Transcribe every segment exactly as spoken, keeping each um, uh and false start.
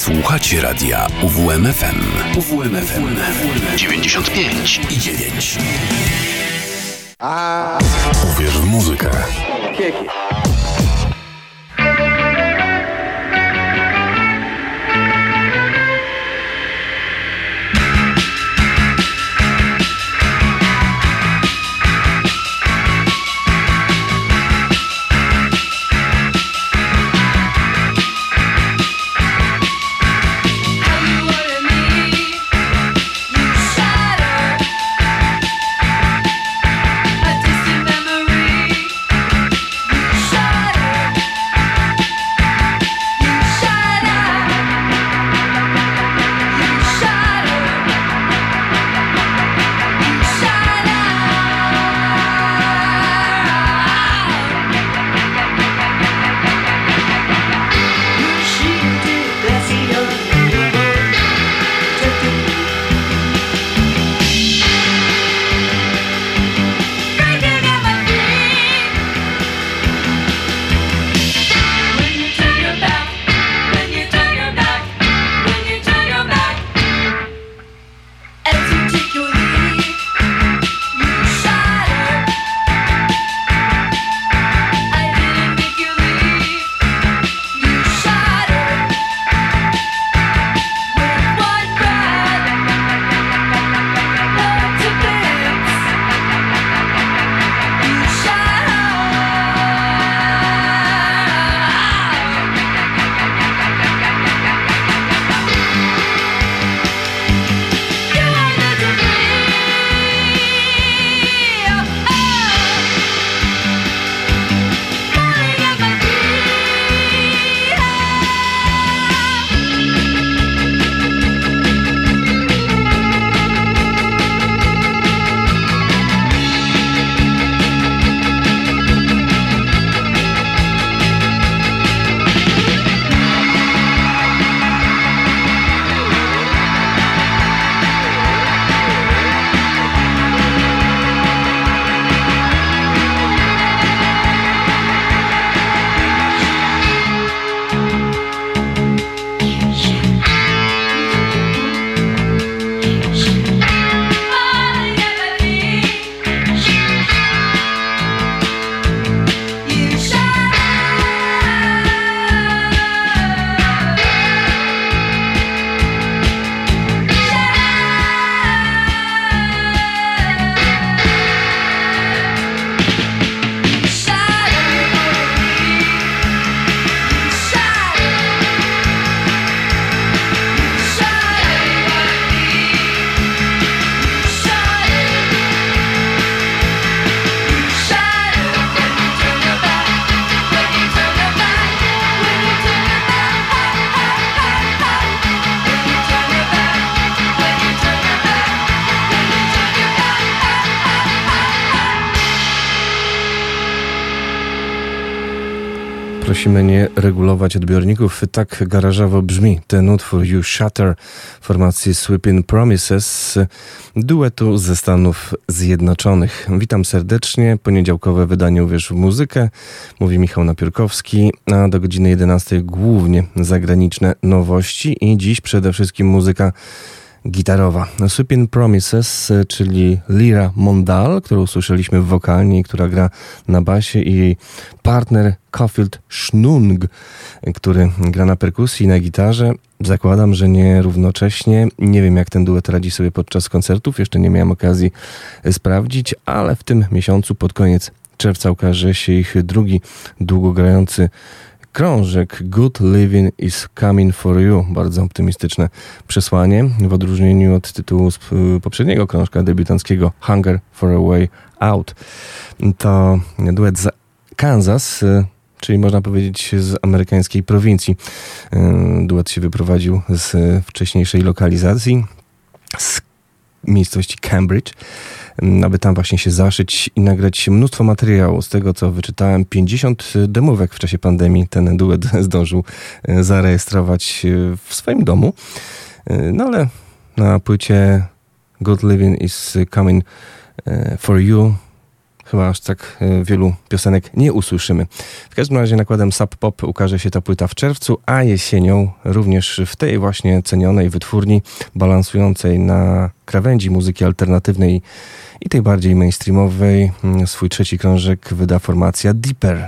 Słuchacie radia U W M F M. U W M F M dziewięćdziesiąt pięć i dziewięć. Uwierz w muzykę. Prosimy nie regulować odbiorników. Tak garażowo brzmi ten utwór You Shatter formacji Sweeping Promises, duetu ze Stanów Zjednoczonych. Witam serdecznie. Poniedziałkowe wydanie Uwierz w muzykę. Mówi Michał Napiórkowski, a do godziny jedenastej głównie zagraniczne nowości i dziś przede wszystkim muzyka gitarowa. Sweeping Promises, czyli Lyra Mondal, którą usłyszeliśmy w wokalnie i która gra na basie, i jej partner Cafield Schnung, który gra na perkusji i na gitarze. Zakładam, że nie równocześnie. Nie wiem, jak ten duet radzi sobie podczas koncertów. Jeszcze nie miałem okazji sprawdzić, ale w tym miesiącu, pod koniec czerwca, ukaże się ich drugi długogrający krążek Good Living is Coming for You. Bardzo optymistyczne przesłanie, w odróżnieniu od tytułu z poprzedniego krążka debiutanckiego Hunger for a Way Out. To duet z Kansas, czyli można powiedzieć z amerykańskiej prowincji. Duet się wyprowadził z wcześniejszej lokalizacji, z miejscowości Cambridge, aby tam właśnie się zaszyć i nagrać mnóstwo materiału. Z tego, co wyczytałem, pięćdziesiąt demówek w czasie pandemii ten duet zdążył zarejestrować w swoim domu. No ale na płycie Good Living is Coming for You chyba aż tak wielu piosenek nie usłyszymy. W każdym razie nakładem Sub Pop ukaże się ta płyta w czerwcu, a jesienią również w tej właśnie cenionej wytwórni, balansującej na krawędzi muzyki alternatywnej i tej bardziej mainstreamowej, swój trzeci krążek wyda formacja Deeper.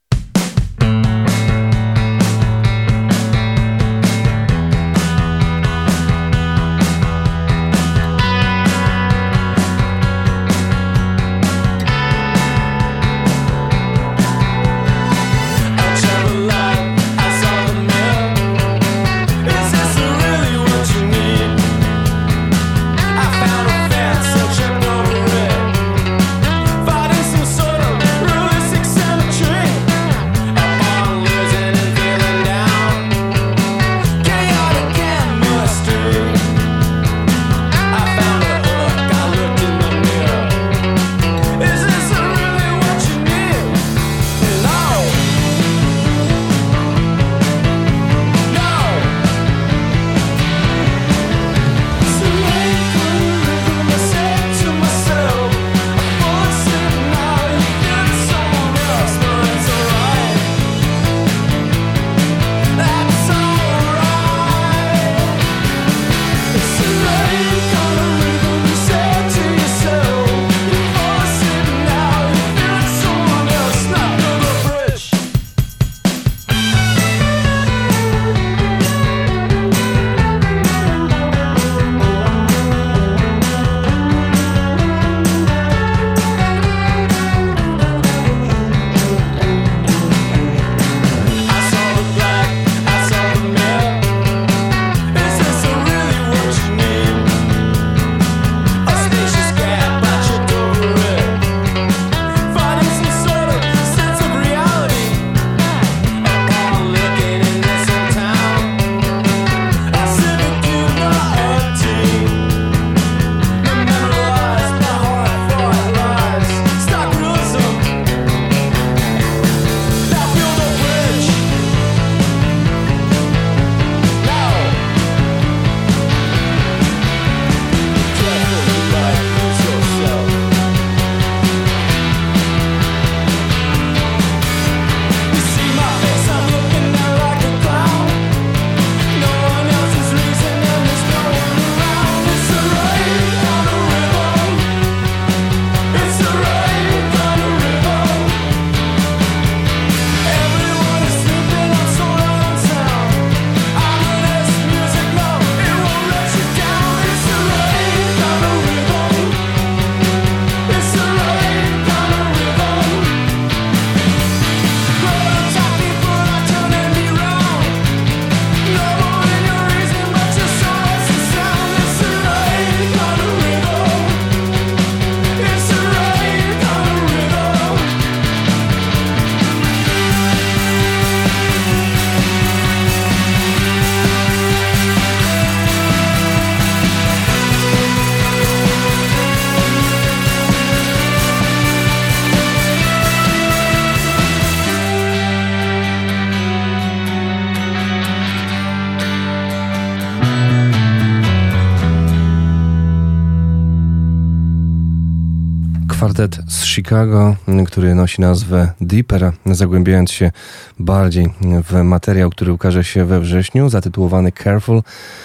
Kwartet z Chicago, który nosi nazwę Deeper, zagłębiając się bardziej w materiał, który ukaże się we wrześniu, zatytułowany Careful.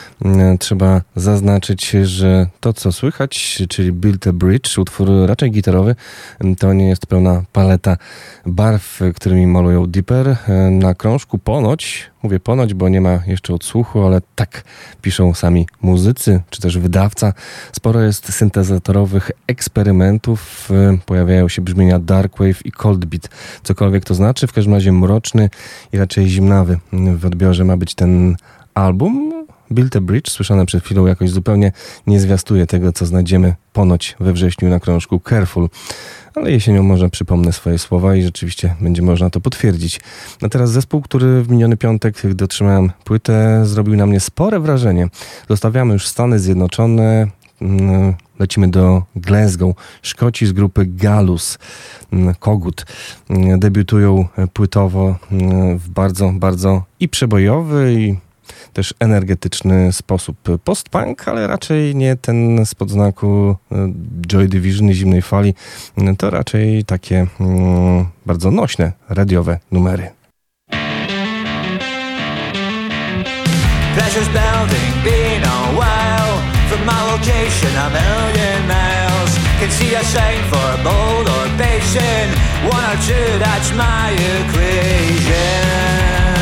Trzeba zaznaczyć, że to, co słychać, czyli Build a Bridge, utwór raczej gitarowy, to nie jest pełna paleta barw, którymi malują Deeper. Na krążku ponoć, mówię ponoć, bo nie ma jeszcze odsłuchu, ale tak piszą sami muzycy, czy też wydawca. Sporo jest syntezatorowych eksperymentów, pojawiają się brzmienia Darkwave i Cold Beat. Cokolwiek to znaczy, w każdym razie mroczny i raczej zimnawy w odbiorze ma być ten album. Build a Bridge, słyszane przed chwilą, jakoś zupełnie nie zwiastuje tego, co znajdziemy ponoć we wrześniu na krążku Careful. Ale jesienią może przypomnę swoje słowa i rzeczywiście będzie można to potwierdzić. A teraz zespół, który w miniony piątek, gdy otrzymałem płytę, zrobił na mnie spore wrażenie. Zostawiamy już Stany Zjednoczone, lecimy do Glasgow. Szkoci z grupy Galus, Kogut, debiutują płytowo w bardzo, bardzo i przebojowy, i też energetyczny sposób. Post-punk, ale raczej nie ten spod znaku Joy Division i Zimnej Fali. To raczej takie mm, bardzo nośne, radiowe numery. Pleasure's building, been a while. From my location a million miles. Can see a sign for bold or patient. One or two, that's my equation.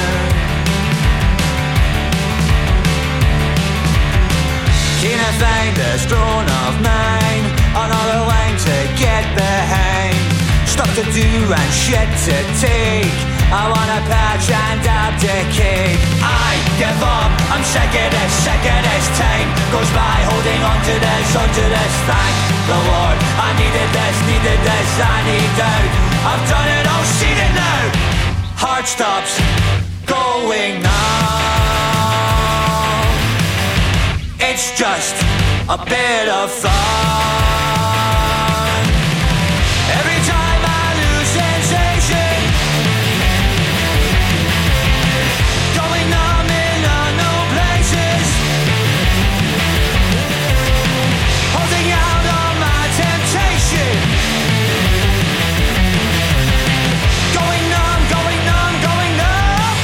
Can I find this throne of mine? Another line to get behind. Stuff to do and shit to take. I wanna patch and abdicate. I give up, I'm sick of this, sick of this. Time goes by holding on to this, on to this. Thank the Lord, I needed this, needed this, I need out. I've done it, I'll see it now. Heart stops going now. It's just a bit of fun. Every time I lose sensation, going numb in unknown places, holding out on my temptation, going numb, going numb, going numb.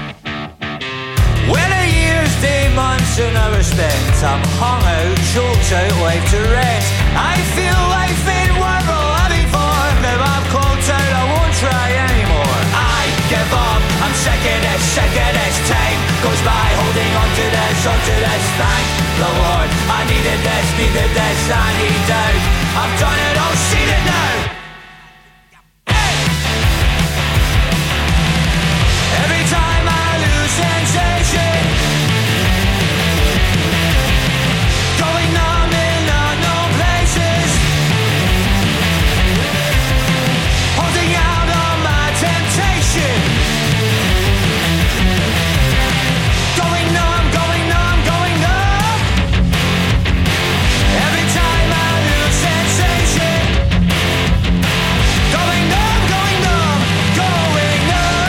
When the years, day, months and hours spent, I'm hung out, choked out, life to rent. I feel life ain't worth living for. Now I'm clocked out, I won't try anymore. I give up, I'm sick of this, sick of this. Time goes by holding on to this, on to this. Thank the Lord, I needed this, needed this, I need out. I've done it, I'll see it now. Hey! Every time I lose sensation, going numb in unknown places, holding out on my temptation, going numb, going numb, going numb. Every time I lose sensation, going numb, going numb, going numb.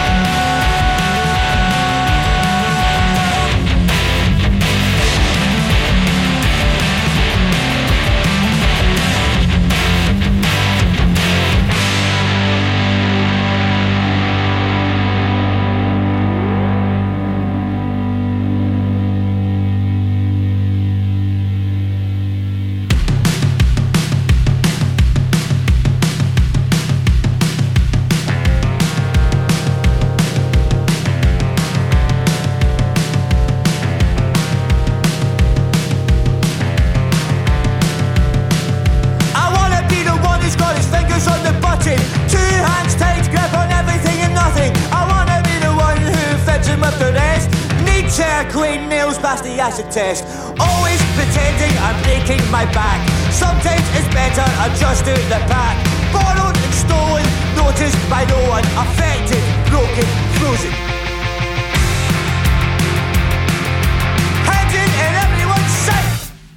I wanna be the one who's got his fingers on the button, two hands tight, grip on everything and nothing. I wanna be the one who fits him with the rest. Need chair, clean nails, pass the acid test. Always pretending I'm breaking my back. Sometimes it's better I just do the pack. Borrowed and stolen, noticed by no one. Affected, broken, frozen. Hiding in everyone's sight.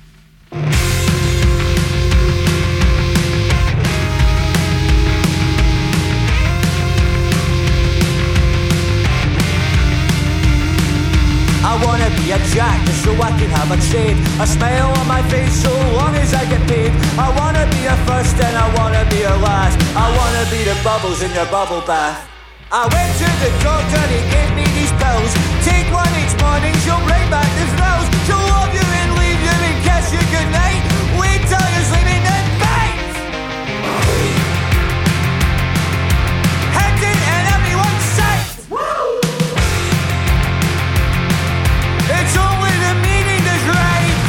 I wanna be a jack just so I can have a trade. A smile on my face so long as I get paid. I wanna be a first and I wanna be a last. I wanna be the bubbles in your bubble bath. I went to the doctor, he gave me these pills. Take one each morning, she'll bring back the thrills. She'll love you and leave you and kiss you goodnight. Wait till you're sleeping and bite. Hidden in everyone's sight. It's only the meaning that's right.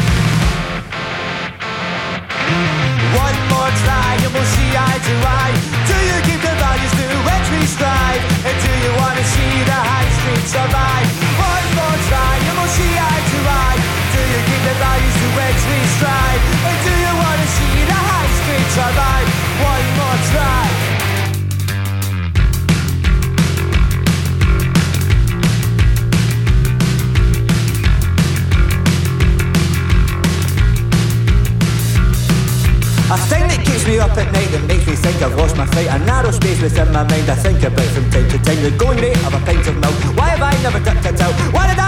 One more try and we'll see eye to eye. Do you keep the values to which we strive? And do you want to see the high street survive? One more try and we'll see eye to eye. Do you keep the values to which we strive? And do you want to see the high street survive? One more try. A thing that keeps me up at night, that makes me think I've lost my fight. A narrow space within my mind I think about from time to time. The going rate of a pint of milk. Why have I never ducked it out? Why did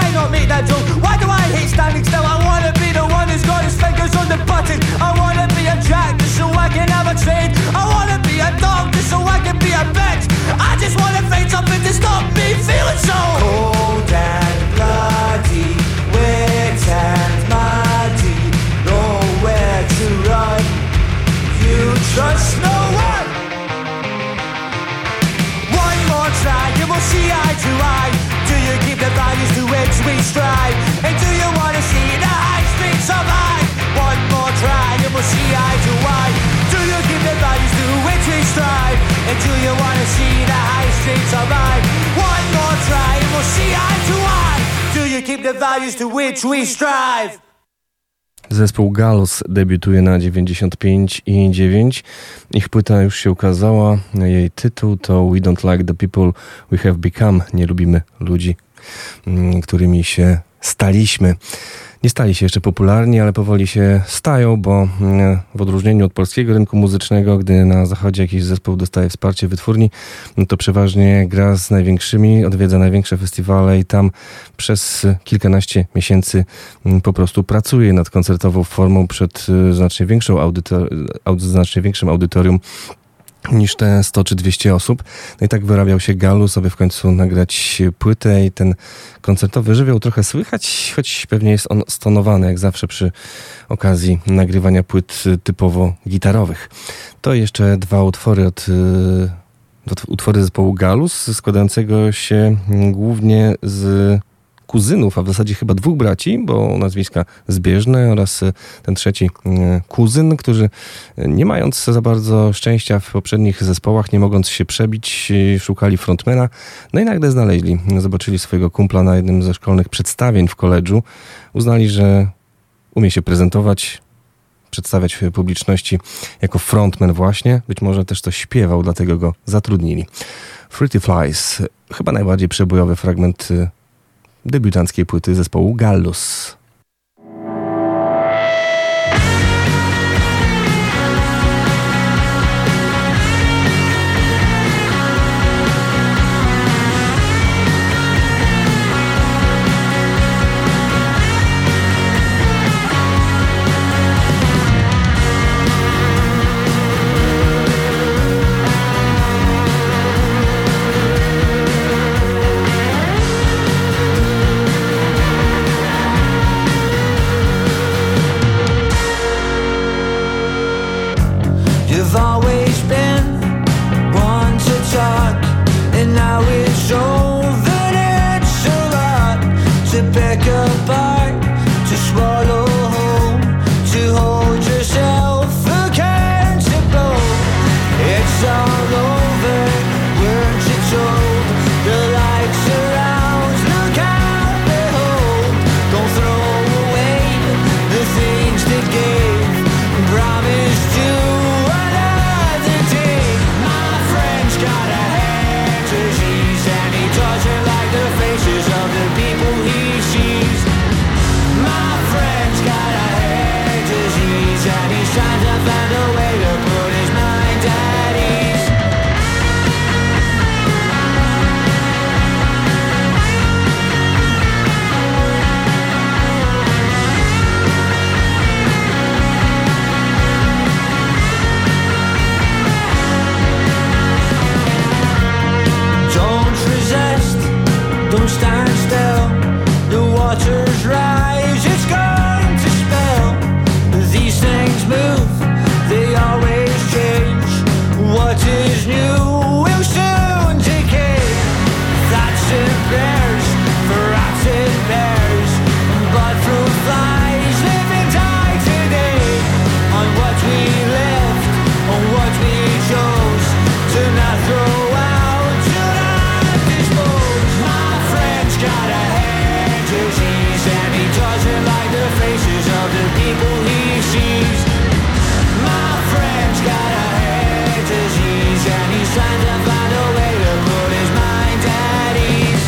keep the values to which we strive. Zespół Gallus debiutuje na dziewięćdziesiąt pięć i dziewięć. Ich płyta już się ukazała. Jej tytuł to We Don't Like the People We Have Become. Nie lubimy ludzi, którymi się staliśmy. Nie stali się jeszcze popularni, ale powoli się stają, bo w odróżnieniu od polskiego rynku muzycznego, gdy na zachodzie jakiś zespół dostaje wsparcie wytwórni, to przeważnie gra z największymi, odwiedza największe festiwale i tam przez kilkanaście miesięcy po prostu pracuje nad koncertową formą przed znacznie większą audytor- znacznie większym audytorium niż te sto czy dwieście osób. No i tak wyrabiał się Gallus, aby w końcu nagrać płytę i ten koncertowy żywioł trochę słychać, choć pewnie jest on stonowany, jak zawsze przy okazji nagrywania płyt typowo gitarowych. To jeszcze dwa utwory od utwory zespołu Gallus, składającego się głównie z kuzynów, a w zasadzie chyba dwóch braci, bo nazwiska zbieżne, oraz ten trzeci kuzyn, którzy nie mając za bardzo szczęścia w poprzednich zespołach, nie mogąc się przebić, szukali frontmana, no i nagle znaleźli. Zobaczyli swojego kumpla na jednym ze szkolnych przedstawień w koledżu, uznali, że umie się prezentować, przedstawiać w publiczności jako frontman właśnie, być może też to śpiewał, dlatego go zatrudnili. Pretty Flies, chyba najbardziej przebojowy fragment debiutanckiej płyty zespołu Gallus. You've always been one to talk, and now it's over, and it's a lot to pick apart, to swallow whole, to hold yourself accountable. It's all over, weren't you told? The light surrounds, look out, behold. Don't throw away the things that gave, promise to. Got a head disease, and he doesn't like the faces of the people he sees. My friend's got a head disease, and he's trying to find a way to put his mind at ease. Don't stand still, the waters rise, it's going to spill. These things move, they always change. What is new will soon decay. That's it bears, for rats it bears, but fruit flies live and die today. On what we left, on what we chose, to not throw out, to not dispose. Got a head disease, and he doesn't like the faces of the people he sees. My friend's got a head disease, and he's trying to find a way to put his mind at ease.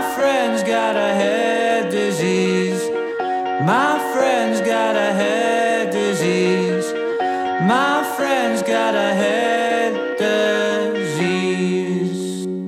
friend's got a head disease. My friend's got a head disease. My friend's got a head disease.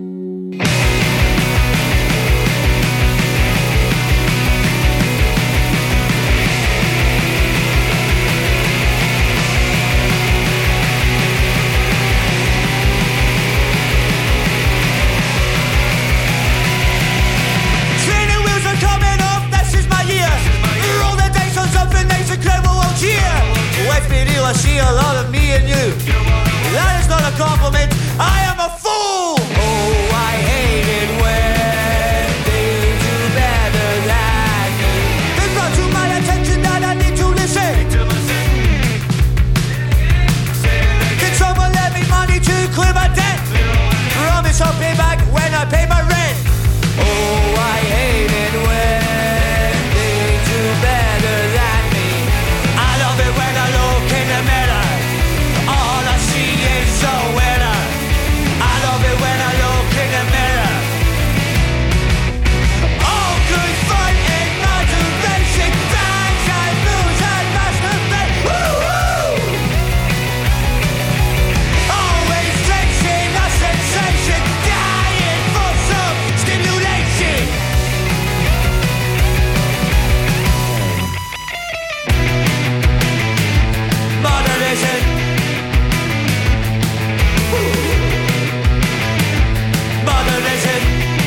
Training wheels are coming off, this is my year. Roll the dice on something nice and crowd will all cheer. Let's be real, I see a lot of me and you. That is not a compliment, I am a fool. Oh, I hate it when they do better than me. They brought to my attention that I need to listen. Can someone lend me money to clear my debt? Promise I'll pay back when I pay my rent. Oh, I hate it when they do better than me. I love it when I look in the mirror. All I see is a winner. I love it when I look in the mirror. All good fun and motivation. Bangs and booze and masturbate. Woo-hoo! Always chasing a sensation. Dying for some stimulation. Moderation. Moderation.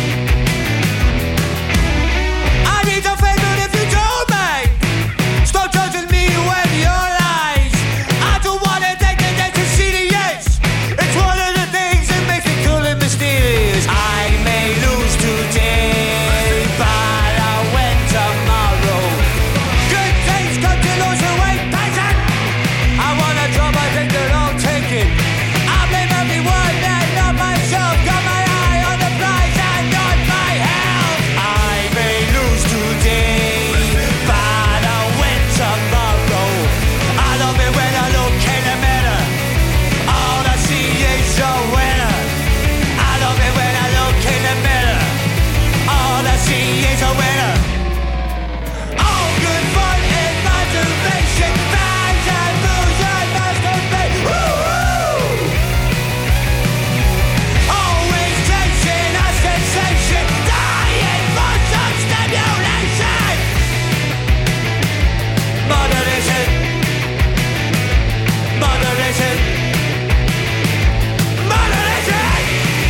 I need a favor if you don't mind. Stop judging me with your lies. I don't want to take the day to see the yes. It's one of the things that makes me cool and mysterious. I may lose today, but I'll win tomorrow. Good things come to lose who ain't patient. I wanna drop, I think they're all taken. I blame everyone and not myself. Got my eye on the prize and not my health. I may lose today, but I'll win tomorrow. I love it when I look in the mirror. All I see is a winner. I love it when I look in the mirror. All I see is a winner. All good fun and motivation. Bangs and booze and masturbate. Woo-hoo! Always chasing a sensation. Dying for some stimulation. Moderation. Moderation. Moderation.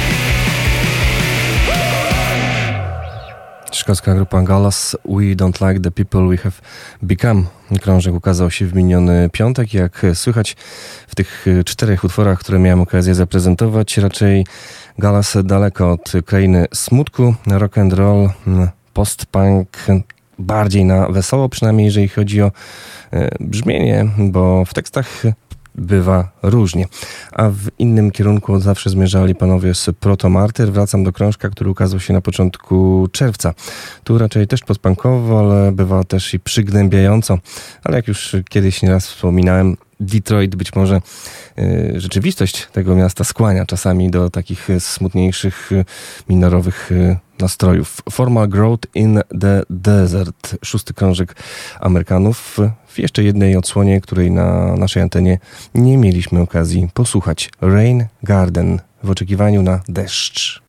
Szkocka grupa Gallas, We Don't Like the People We Have Become. Krążek ukazał się w miniony piątek. Jak słychać w tych czterech utworach, które miałem okazję zaprezentować, raczej Gallas daleko od krainy smutku, rock and roll, post-punk, bardziej na wesoło, przynajmniej jeżeli chodzi o e, brzmienie, bo w tekstach bywa różnie. A w innym kierunku zawsze zmierzali panowie z Proto Martyr. Wracam do krążka, który ukazał się na początku czerwca. Tu raczej też postpunkowo, ale bywa też i przygnębiająco. Ale jak już kiedyś nieraz wspominałem, Detroit, być może y, rzeczywistość tego miasta skłania czasami do takich smutniejszych, y, minorowych y, nastrojów. Formal Growth in the Desert, szósty krążek Amerykanów, w jeszcze jednej odsłonie, której na naszej antenie nie mieliśmy okazji posłuchać. Rain Garden, w oczekiwaniu na deszcz.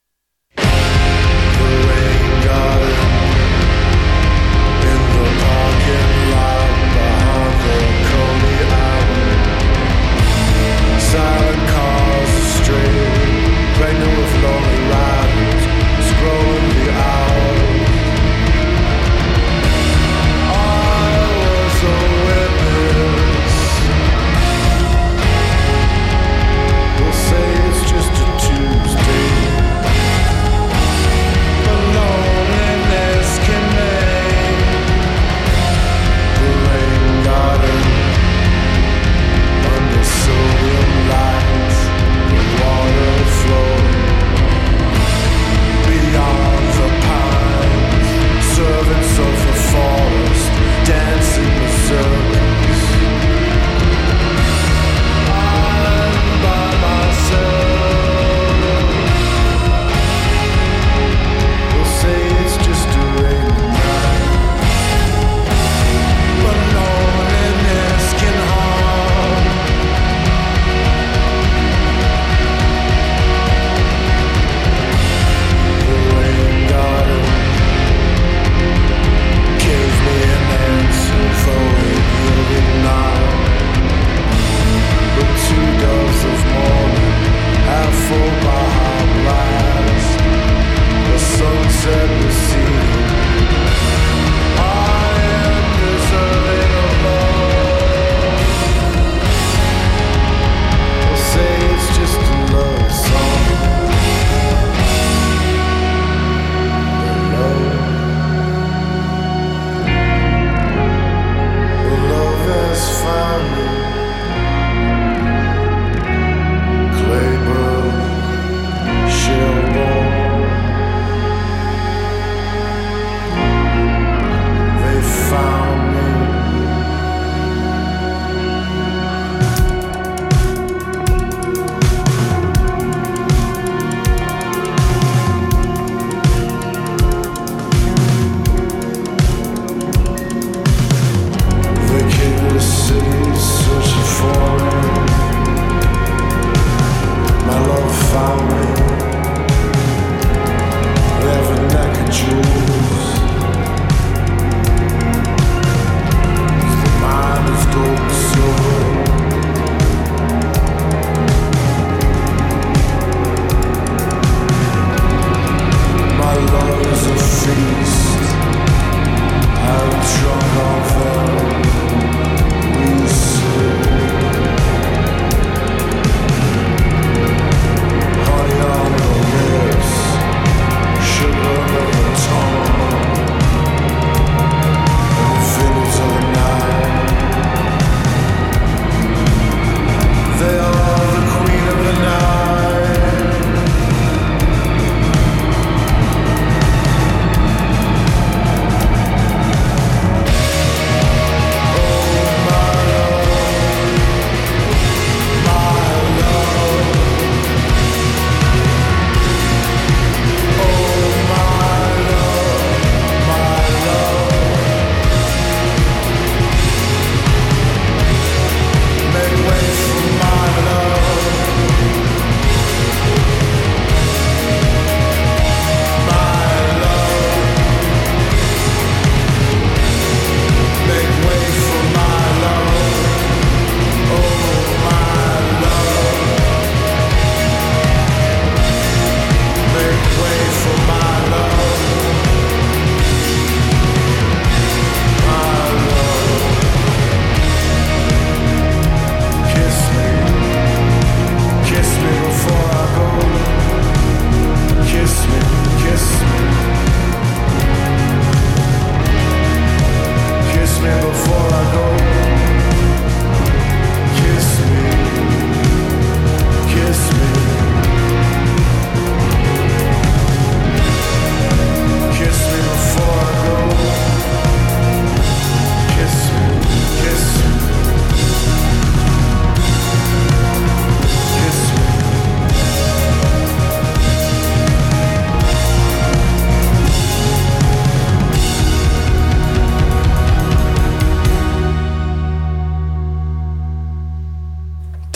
Say it's just a Tuesday.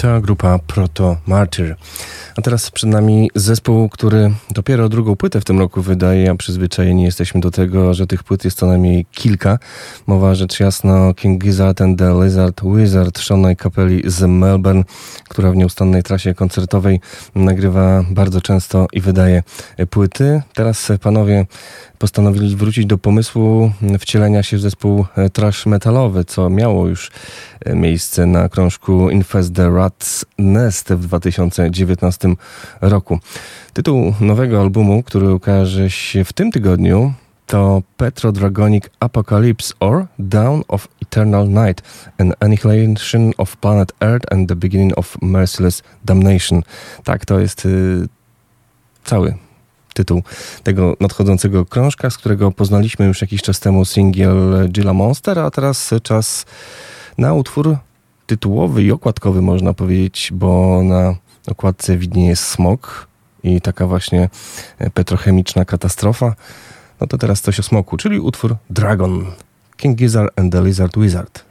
To grupa Proto Martyr. A teraz przed nami zespół, który dopiero drugą płytę w tym roku wydaje, a przyzwyczajeni jesteśmy do tego, że tych płyt jest co najmniej kilka. Mowa rzecz jasna o King Gizzard and the Lizard Wizard, szalonej kapeli z Melbourne, która w nieustannej trasie koncertowej nagrywa bardzo często i wydaje płyty. Teraz panowie postanowili wrócić do pomysłu wcielenia się w zespół thrash metalowy, co miało już miejsce na krążku Infest the Rat's Nest w dwa tysiące dziewiętnastym roku. Tytuł nowego albumu, który ukaże się w tym tygodniu, to Petrodragonic Apocalypse or Dawn of Eternal Night, an Annihilation of Planet Earth and the Beginning of Merciless Damnation. Tak, to jest y, cały tytuł tego nadchodzącego krążka, z którego poznaliśmy już jakiś czas temu singiel Gila Monster, a teraz czas na utwór tytułowy i okładkowy, można powiedzieć, bo na okładce widnieje smok i taka właśnie petrochemiczna katastrofa. No to teraz coś o smoku, czyli utwór Dragon, King Gizzard and the Lizard Wizard.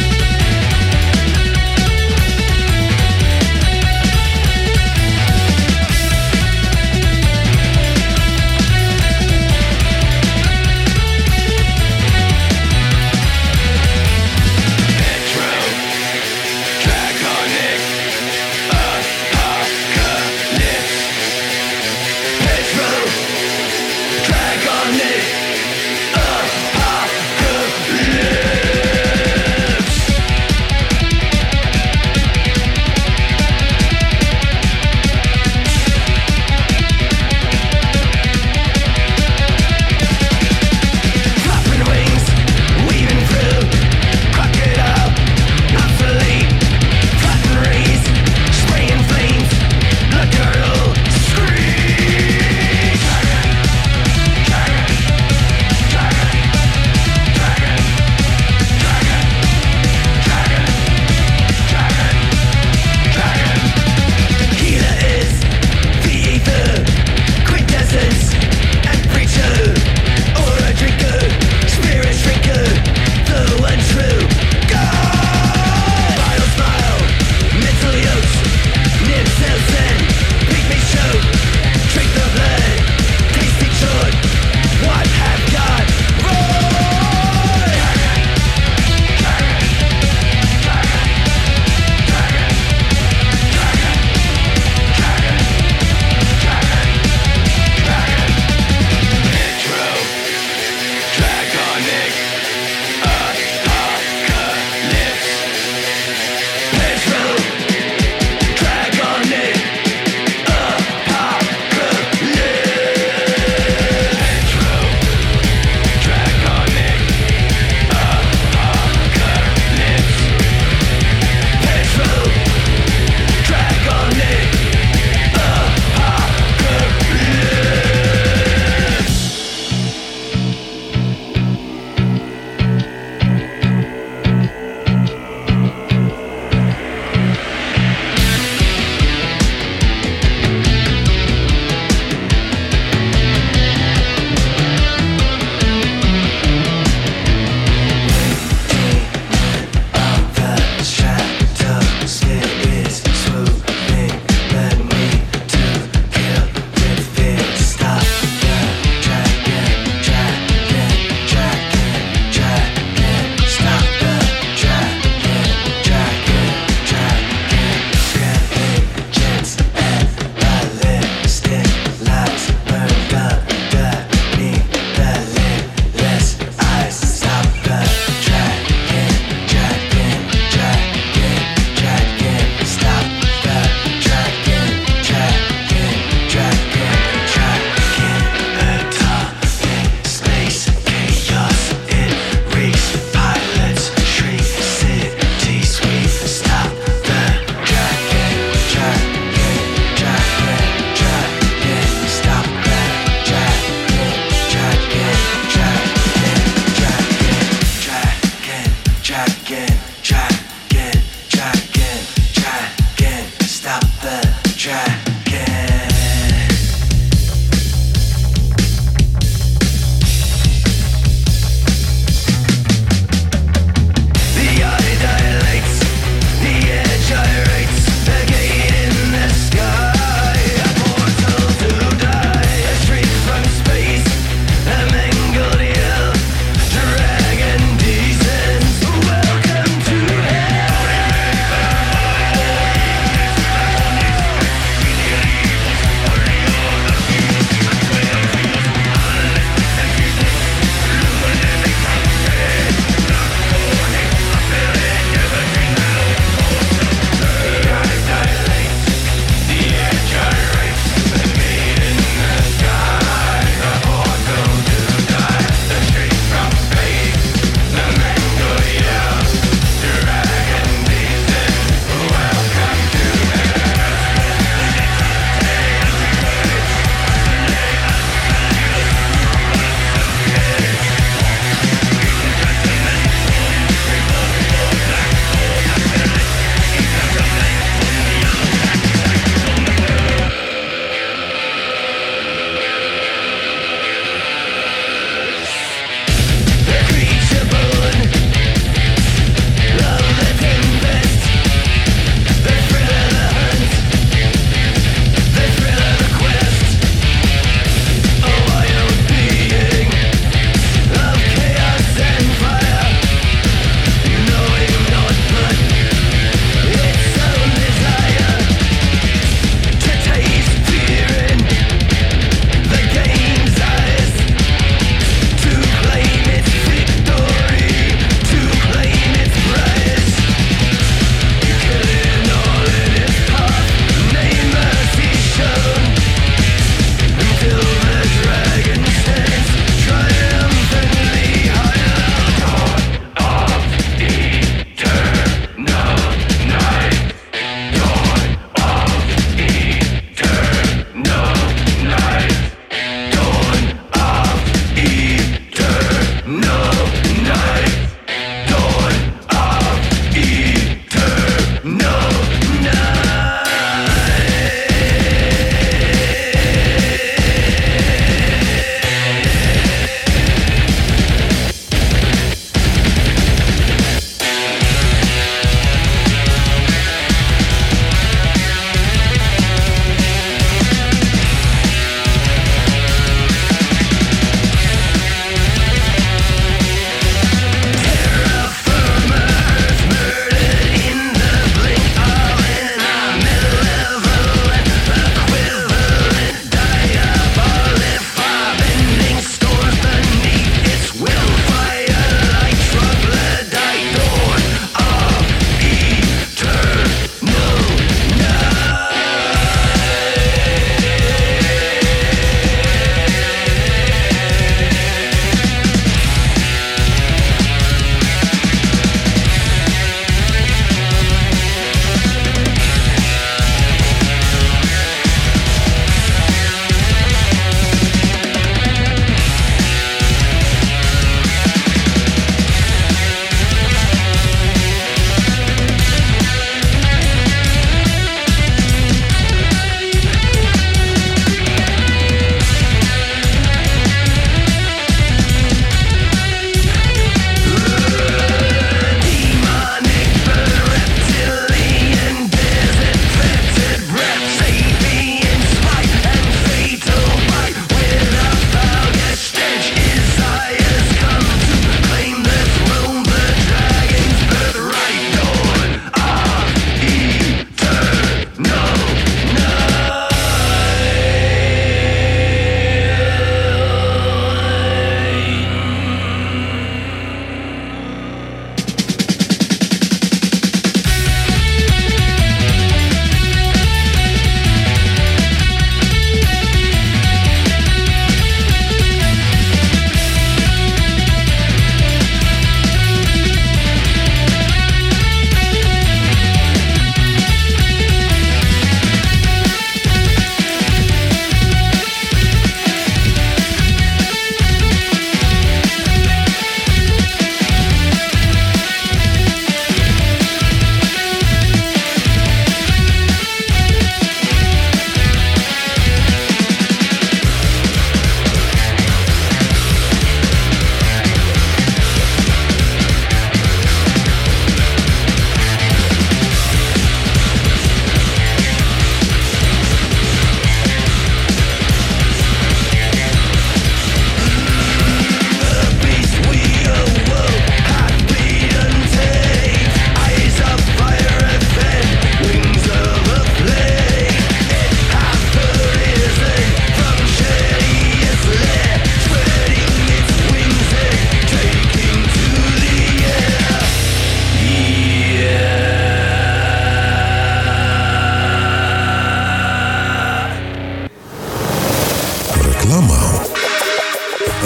We'll be right back.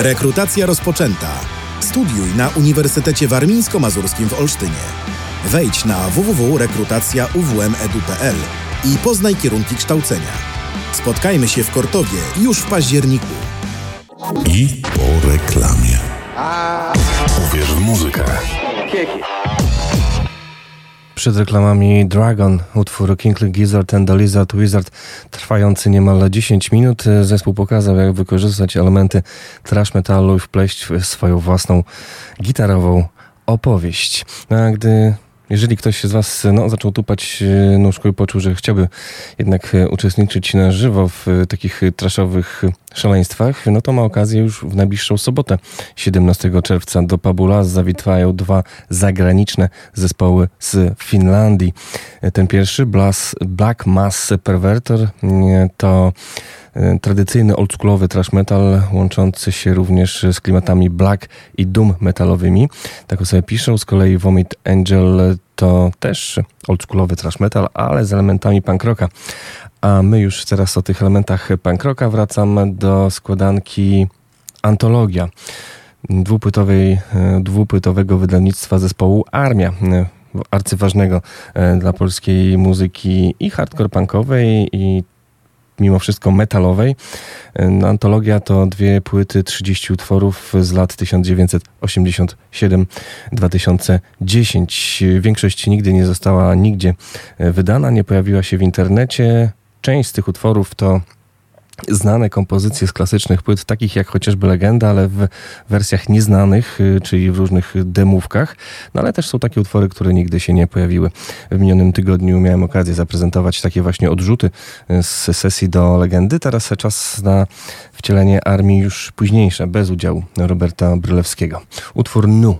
Rekrutacja rozpoczęta. Studiuj na Uniwersytecie Warmińsko-Mazurskim w Olsztynie. Wejdź na w w w kropka rekrutacja u w m kropka e d u kropka p l i poznaj kierunki kształcenia. Spotkajmy się w Kortowie już w październiku. I po reklamie. Uwierz w muzykę. Przed reklamami Dragon, utwór King Gizzard and the Lizard Wizard, trwający niemal dziesięć minut. Zespół pokazał, jak wykorzystać elementy thrash metalu i wpleść w swoją własną gitarową opowieść. A gdy Jeżeli ktoś z Was no, zaczął tupać nóżką i poczuł, że chciałby jednak uczestniczyć na żywo w takich trashowych szaleństwach, no to ma okazję już w najbliższą sobotę, siedemnastego czerwca, do Pabula zawitają dwa zagraniczne zespoły z Finlandii. Ten pierwszy, Black Mass Perverter, to tradycyjny oldschoolowy thrash metal, łączący się również z klimatami black i doom metalowymi. Tak o sobie piszą. Z kolei Vomit Angel to też oldschoolowy thrash metal, ale z elementami punk rocka. A my już teraz o tych elementach punk rocka wracam do składanki Antologia, dwupłytowej, dwupłytowego wydawnictwa zespołu Armia, arcyważnego dla polskiej muzyki i hardcore punkowej, i mimo wszystko metalowej. Antologia to dwie płyty, trzydzieści utworów z lat tysiąc dziewięćset osiemdziesiąt siedem do dwa tysiące dziesięć. Większość nigdy nie została nigdzie wydana, nie pojawiła się w internecie. Część z tych utworów to znane kompozycje z klasycznych płyt, takich jak chociażby Legenda, ale w wersjach nieznanych, czyli w różnych demówkach. No ale też są takie utwory, które nigdy się nie pojawiły. W minionym tygodniu miałem okazję zaprezentować takie właśnie odrzuty z sesji do Legendy. Teraz czas na wcielenie Armii już późniejsze, bez udziału Roberta Brylewskiego. Utwór Nu.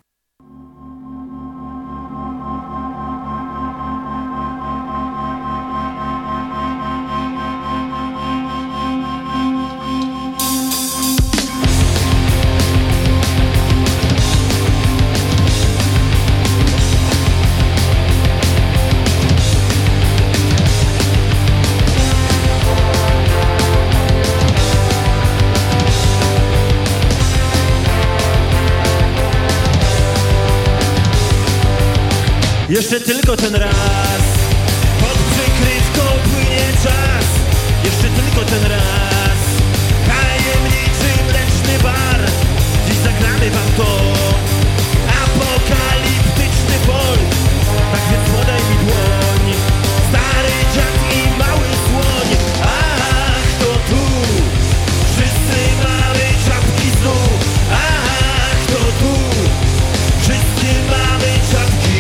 Jeszcze tylko ten raz, pod przykrywką płynie czas. Jeszcze tylko ten raz, tajemniczy mleczny bar. Dziś zagramy wam to, apokaliptyczny pol. Tak więc podaj mi dłoń, stary dziad i mały słoń. Ach, to tu, wszyscy mamy czapki snu. Ach, to tu, wszyscy mamy czapki.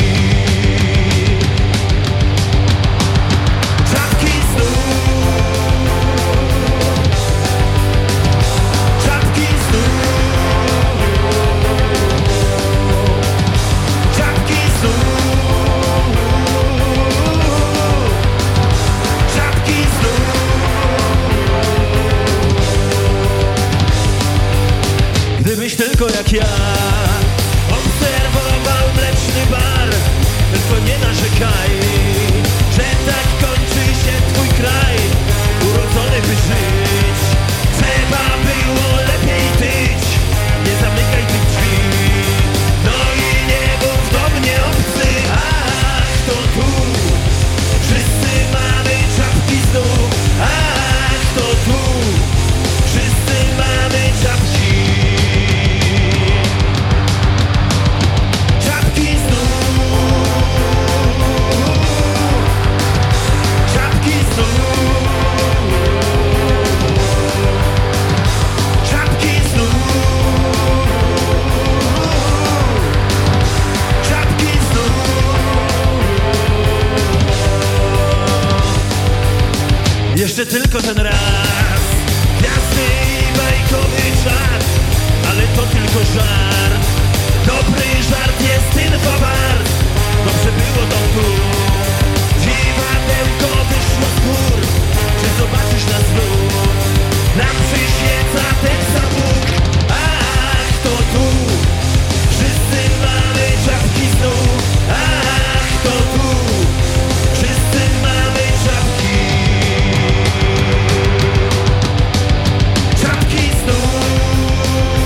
Gdybyś tylko jak ja obserwował mleczny bar, tylko nie narzekaj, że tak kończy się twój kraj. Urodzony by żyć, trzeba było lepiej tyć. Nie zamykaj tych drzwi, no i nie mów do mnie obcy. Ach, to tu, wszyscy mamy czapki znów. Ach, to tu, wszyscy mamy czapki. Jeszcze tylko ten raz, jasny i bajkowy żart, ale to tylko żart. Dobry żart jest info wart. Dobrze było to tu, dziwadełko wyszło z gór. Czy zobaczysz nas znów? Nam przyświeca ten sam Bóg. Ach, to tu, wszyscy mamy czapki znów. Ach, to tu, wszyscy mamy czapki. Czapki znów.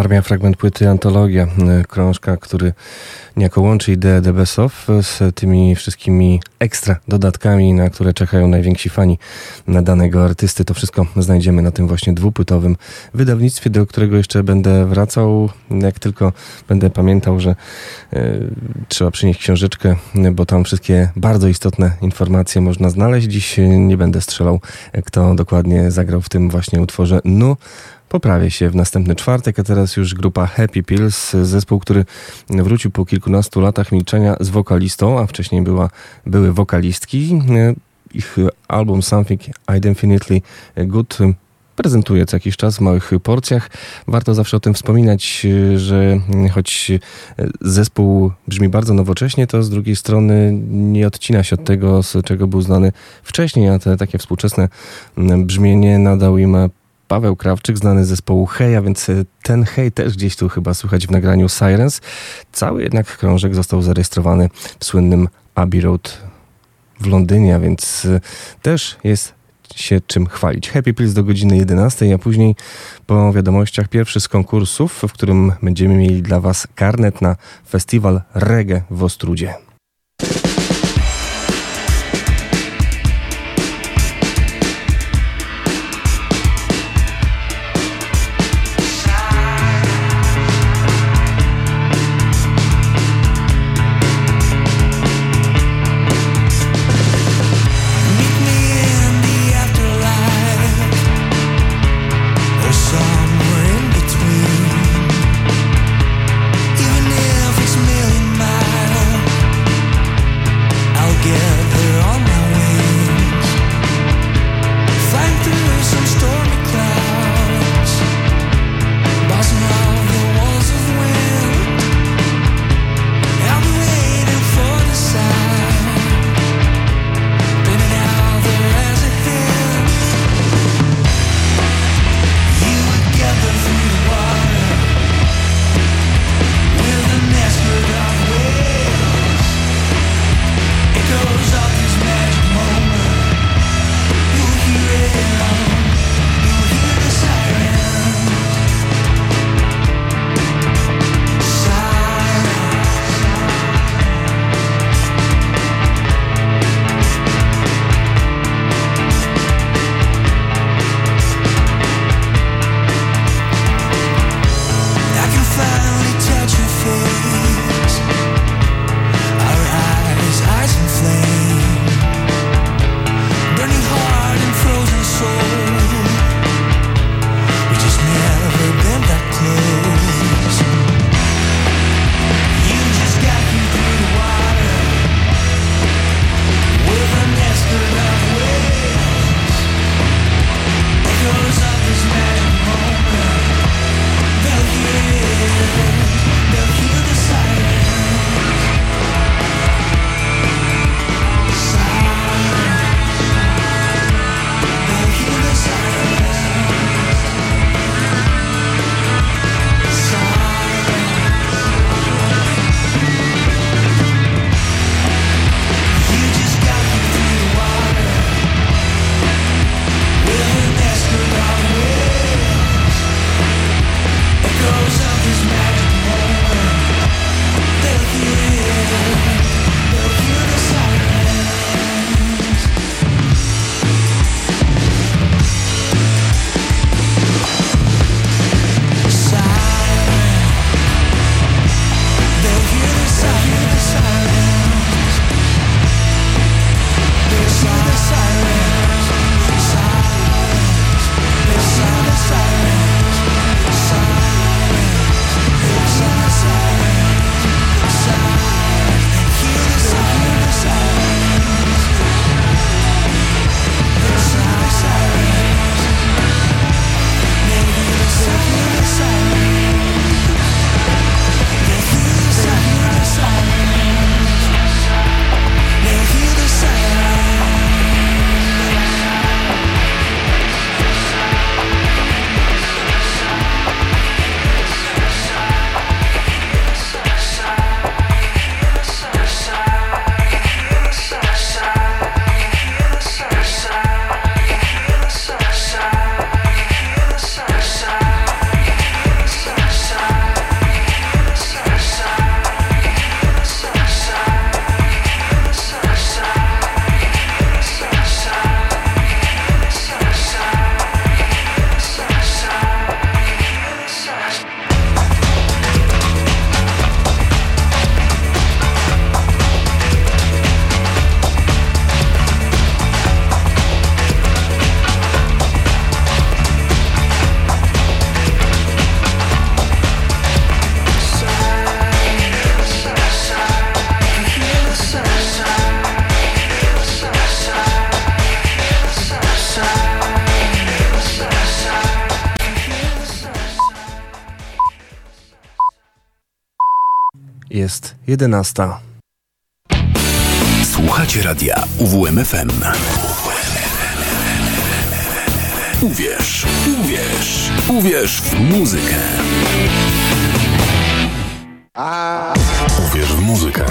Armia, fragment płyty Antologia, krążka, który niejako łączy ideę The Best Of z tymi wszystkimi ekstra dodatkami, na które czekają najwięksi fani na danego artysty. To wszystko znajdziemy na tym właśnie dwupłytowym wydawnictwie, do którego jeszcze będę wracał, jak tylko będę pamiętał, że y, trzeba przynieść książeczkę, bo tam wszystkie bardzo istotne informacje można znaleźć. Dziś nie będę strzelał, kto dokładnie zagrał w tym właśnie utworze. No, poprawię się w następny czwartek, a teraz już grupa Happy Pills, zespół, który wrócił po kilkunastu latach milczenia z wokalistą, a wcześniej była, były wokalistki. Ich album Something I Definitely Good prezentuje co jakiś czas w małych porcjach. Warto zawsze o tym wspominać, że choć zespół brzmi bardzo nowocześnie, to z drugiej strony nie odcina się od tego, z czego był znany wcześniej, a te takie współczesne brzmienie nadał im Paweł Krawczyk, znany z zespołu Hej, a więc ten Hej też gdzieś tu chyba słychać w nagraniu Sirens. Cały jednak krążek został zarejestrowany w słynnym Abbey Road w Londynie, a więc też jest się czym chwalić. Happy Pills do godziny jedenastej, a później po wiadomościach pierwszy z konkursów, w którym będziemy mieli dla Was karnet na festiwal reggae w Ostródzie. Even if it's a million miles jest jedenasta. Słuchacie radia U W M F M. Uwierz, uwierz, uwierz w muzykę. Uwierz w muzykę.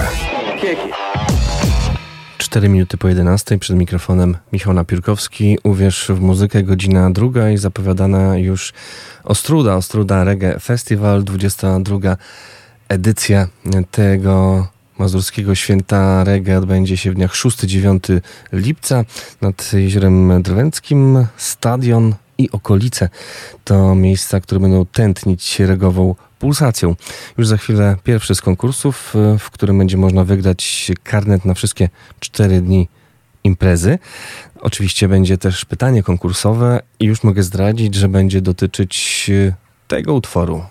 Cztery minuty po jedenastej, przed mikrofonem Michał Napiórkowski. Uwierz w muzykę, godzina druga i zapowiadana już Ostruda, Ostruda Reggae Festival, dwudziesta druga edycja tego Mazurskiego Święta Reggae odbędzie się w dniach szóstego do dziewiątego lipca nad Jeziorem Drwęckim. Stadion i okolice to miejsca, które będą tętnić regową pulsacją. Już za chwilę pierwszy z konkursów, w którym będzie można wygrać karnet na wszystkie cztery dni imprezy. Oczywiście będzie też pytanie konkursowe i już mogę zdradzić, że będzie dotyczyć tego utworu.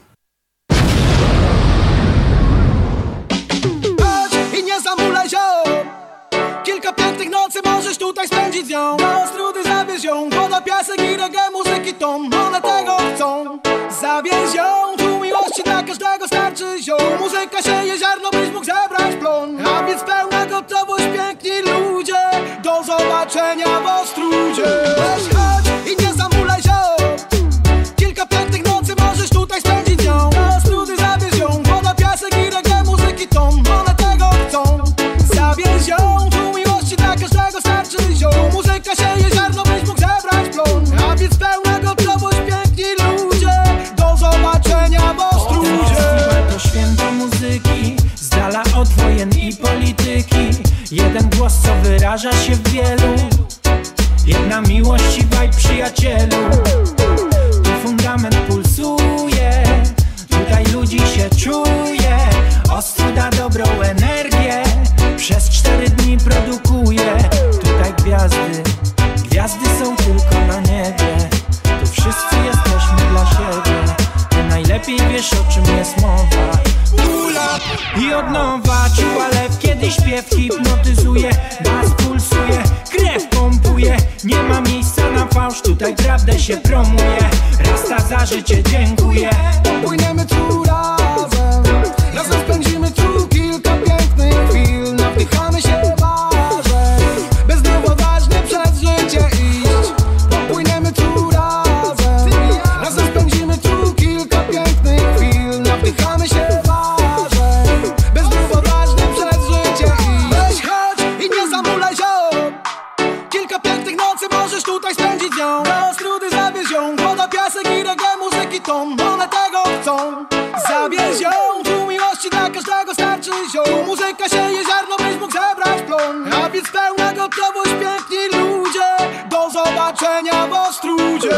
Kilka pięknych nocy możesz tutaj spędzić z nią. Do Ostrudy zabierz ją, woda, piasek i reggae, muzyki tom. One tego chcą, zabierz ją. Tu miłości dla każdego starczy ziół. Muzyka sieje ziarno, byś mógł zebrać plon. A więc pełna gotowość, piękni ludzie. Do zobaczenia w Ostrudzie. Weź chodź i nie zamulaj ziom. Kilka pięknych nocy możesz tutaj spędzić z nią. Do Ostrudy zabierz ją, woda, piasek i reggae, muzyki tom. One tego chcą, zabierz ją. Każdego starczy ziół. Muzyka sieje ziarno, byś mógł zebrać plon. A więc pełna gotowość, piękni ludzie. Do zobaczenia w Ostrudzie. To święto muzyki, z dala od wojen i polityki. Jeden głos, co wyraża się w wielu. Jedna miłość i vibe, przyjacielu. Tu fundament pulsuje, tutaj ludzi się czuje. Ostruda dobrą energię przez cztery dni produkuje. Tutaj gwiazdy, gwiazdy są tylko na niebie. Tu wszyscy jesteśmy dla siebie. Ty najlepiej wiesz, o czym jest mowa. Ula i od nowa czuła lew, kiedy śpiew hipnotyzuje. Bas pulsuje, krew pompuje. Nie ma miejsca na fałsz, tutaj prawdę się promuje. Rasta za życie dziękuję. Popłyniemy tu razem, razem spędzimy tu kilka pięknych chwil. Napychamy się marzeń, bez niepoważnie przez życie iść. Popłyniemy tu razem, razem spędzimy tu kilka pięknych chwil. Napychamy się marzeń, bez niepoważnie przez życie iść. Weź chodź i nie zamulaj ziom. Kilka pięknych nocy możesz tutaj spędzić z nią. Do Ostrudy zabierz ją, woda, piasek i reggae, muzyki tom. One tego chcą, zabierz ją. Tu miłości dla każdego starczy ziół. Muzyka sieje ziarno, byś mógł zebrać plon. A więc pełna gotowość, piękni ludzie. Do zobaczenia w Ostrudzie.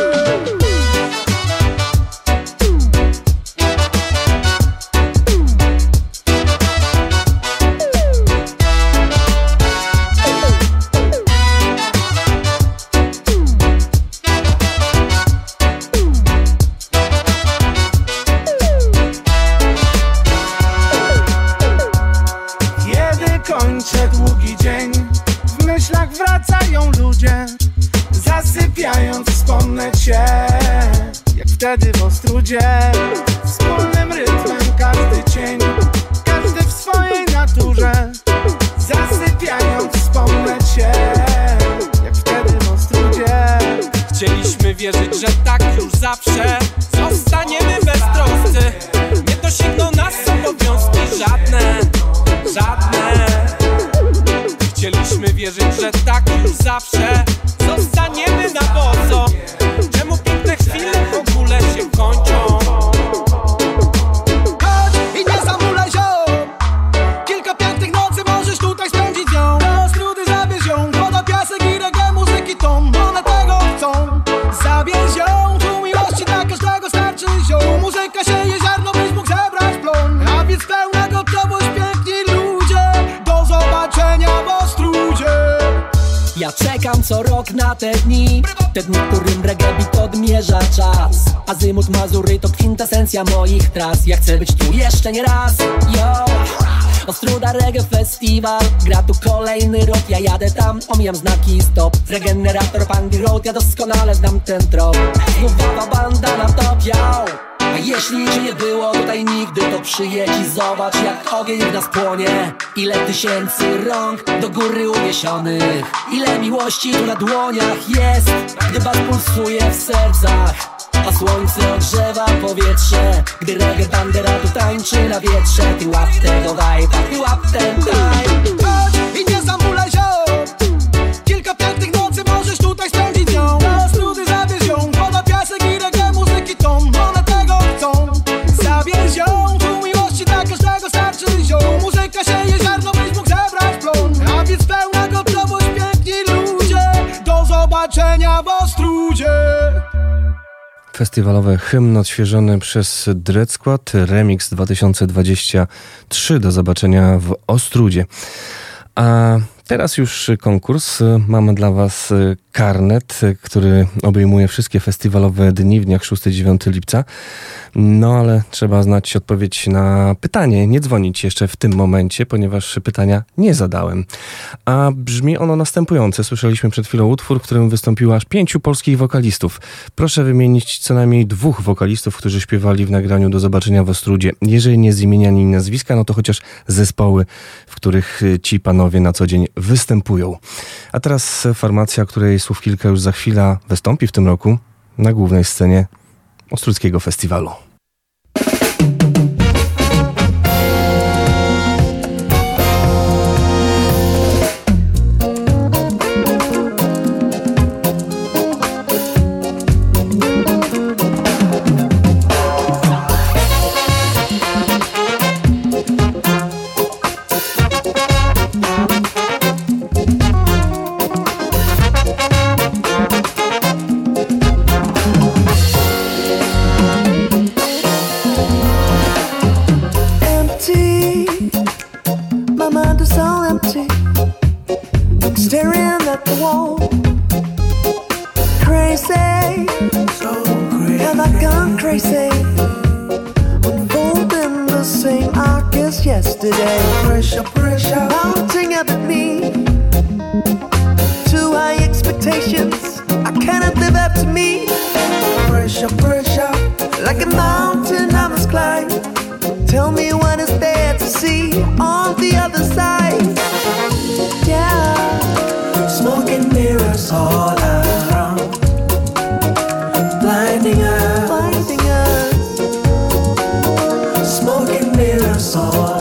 Kończę długi dzień, w myślach wracają ludzie. Zasypiając wspomnę cię, jak wtedy w Ostrudzie. Wspólnym rytmem każdy cień, każdy w swojej naturze. Zasypiając wspomnę cię, jak wtedy w Ostrudzie. Chcieliśmy wierzyć, że tak już zawsze zostaniemy beztroscy. Nie dosięgną nas obowiązki żadne, żadne. Chcieliśmy wierzyć, że tak już zawsze zostaniemy na boso. Czemu piękne chwile w ogóle się kończą? Chodź i nie zamulaj ziom. Kilka pięknych nocy możesz tutaj spędzić z nią. Do Ostrudy zabierz ją, woda, piasek i reggae, muzyki tom. One tego chcą, zabierz ją. Tu miłości dla każdego starczy ziół. Muzyka sieje ziarno, byś mógł zebrać plon. A więc pełna gotowość, piękni ludzie. Do zobaczenia w Ostrudzie. Ja czekam co rok na te dni, te dni, którym reggae beat odmierza czas. Azymut Mazury to kwintesencja moich tras. Ja chcę być tu jeszcze nie raz, yo. Ostruda Reggae Festival, gra tu kolejny rok. Ja jadę tam, omijam znaki stop. Regenerator, Pandy Road, ja doskonale znam ten trop. Znów nowa banda na top, yo. A jeśli cię nie było tutaj nigdy, to przyjedź i zobacz, jak ogień w nas płonie. Ile tysięcy rąk do góry uniesionych, ile miłości tu na dłoniach jest, gdy bas pulsuje w sercach, a słońce ogrzewa powietrze, gdy reggae bandera tu tańczy na wietrze. Ty łap tego vibe'a, ty łap ten vibe. Chodź i nie zamulaj się, kilka pięknych nocy możesz tutaj spędzić nią. Na study zabierz ją, poda piasek i reggae muzyki ton. One tego chcą, zabierz ją. Tu miłości dla każdego starczy ziół. Muzyka sieje ziarno, byś mógł zebrać plon. A więc pełna gotowość, piękni ludzie, do zobaczenia w Ostródzie. Festiwalowy hymn odświeżony przez Dread Squad, remix dwa tysiące dwudziesty trzeci, do zobaczenia w Ostródzie. A teraz już konkurs. Mamy dla Was karnet, który obejmuje wszystkie festiwalowe dni w dniach szóstego do dziewiątego lipca. No ale trzeba znać odpowiedź na pytanie, nie dzwonić jeszcze w tym momencie, ponieważ pytania nie zadałem. A brzmi ono następująco. Słyszeliśmy przed chwilą utwór, w którym wystąpiło aż pięciu polskich wokalistów. Proszę wymienić co najmniej dwóch wokalistów, którzy śpiewali w nagraniu do zobaczenia w Ostródzie. Jeżeli nie z imienia, ani nazwiska, no to chociaż zespoły, w których ci panowie na co dzień występują. A teraz formacja, której słów kilka już za chwilę wystąpi w tym roku na głównej scenie Ostródzkiego Festiwalu. Yesterday, pressure, pressure, mounting up at me. Too high expectations, I cannot live up to me. Pressure, pressure, like a mountain I must climb. Tell me what is there to see on the other side. Yeah, smoke and mirrors all around, blinding us, blinding us. Smoke and mirrors all.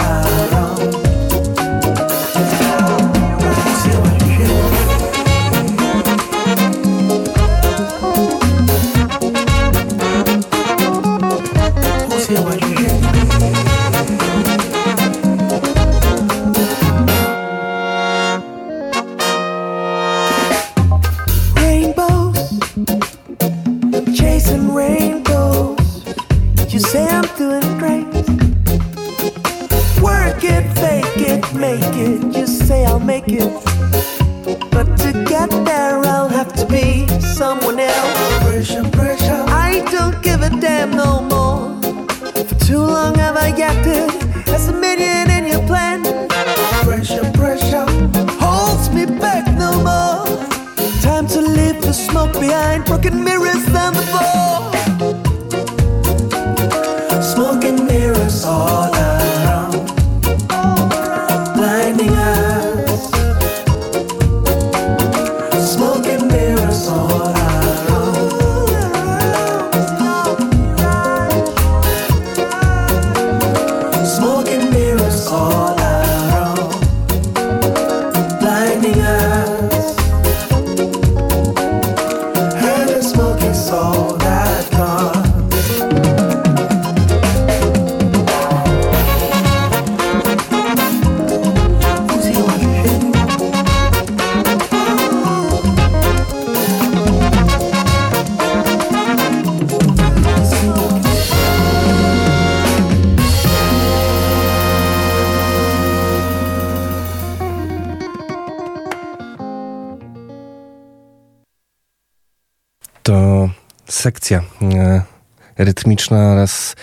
To sekcja e, rytmiczna oraz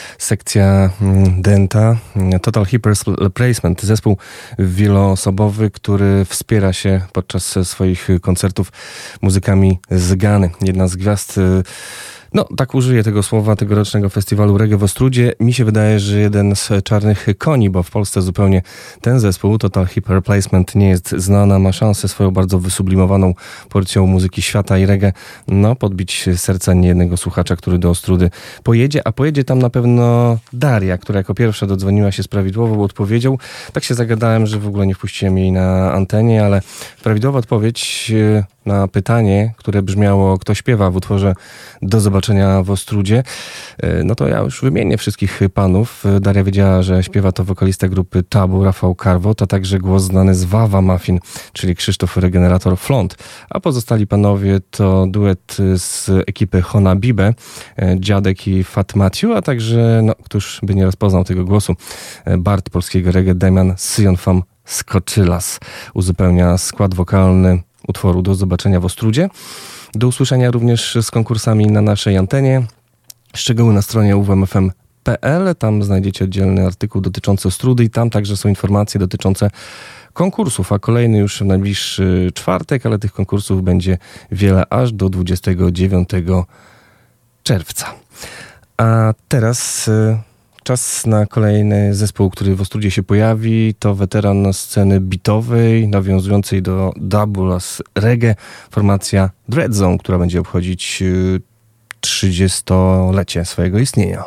sekcja denta. Total Hip Replacement, zespół wieloosobowy, który wspiera się podczas swoich koncertów muzykami z Gany. Jedna z gwiazd No, tak użyję tego słowa tegorocznego festiwalu reggae w Ostródzie. Mi się wydaje, że jeden z czarnych koni, bo w Polsce zupełnie ten zespół, Total Hip Replacement, nie jest znana, ma szansę swoją bardzo wysublimowaną porcją muzyki świata i reggae, no, podbić serca niejednego słuchacza, który do Ostródy pojedzie, a pojedzie tam na pewno Daria, która jako pierwsza dodzwoniła się z prawidłową odpowiedzią. Tak się zagadałem, że w ogóle nie wpuściłem jej na antenie, ale prawidłowa odpowiedź na pytanie, które brzmiało, kto śpiewa w utworze Do zobaczenia w Ostródzie, no to ja już wymienię wszystkich panów. Daria wiedziała, że śpiewa to wokalista grupy Tabu, Rafał Karwot, a także głos znany z Wawa Muffin, czyli Krzysztof Regenerator Flont. A pozostali panowie to duet z ekipy Hona Bibe, Dziadek i Fat Matthew, a także, no, któż by nie rozpoznał tego głosu, Bart polskiego reggae, Damian Syjon Fam Skoczylas uzupełnia skład wokalny utworu Do zobaczenia w Ostródzie. Do usłyszenia również z konkursami na naszej antenie. Szczegóły na stronie u w m f m kropka p l. Tam znajdziecie oddzielny artykuł dotyczący Ostródy i tam także są informacje dotyczące konkursów, a kolejny już w najbliższy czwartek, ale tych konkursów będzie wiele aż do dwudziestego dziewiątego czerwca. A teraz czas na kolejny zespół, który w Ostródzie się pojawi. To weteran sceny beatowej, nawiązującej do dubla z reggae, formacja Dreadzone, która będzie obchodzić trzydziestolecie swojego istnienia.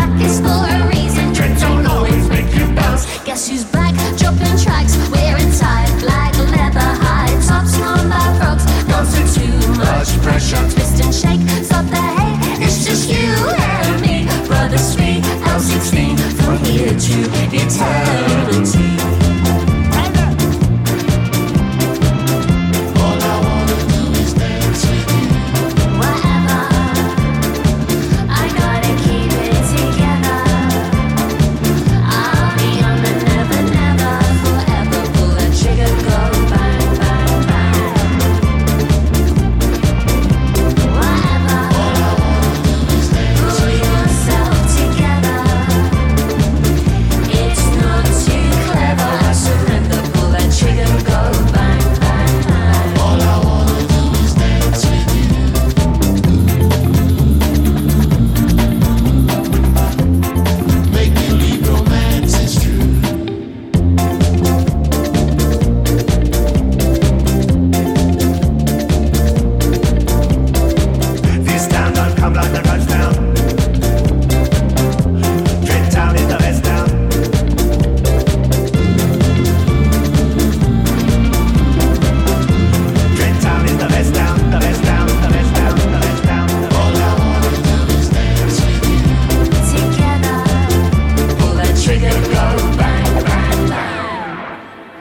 Guess who's back, dropping tracks, we're in time.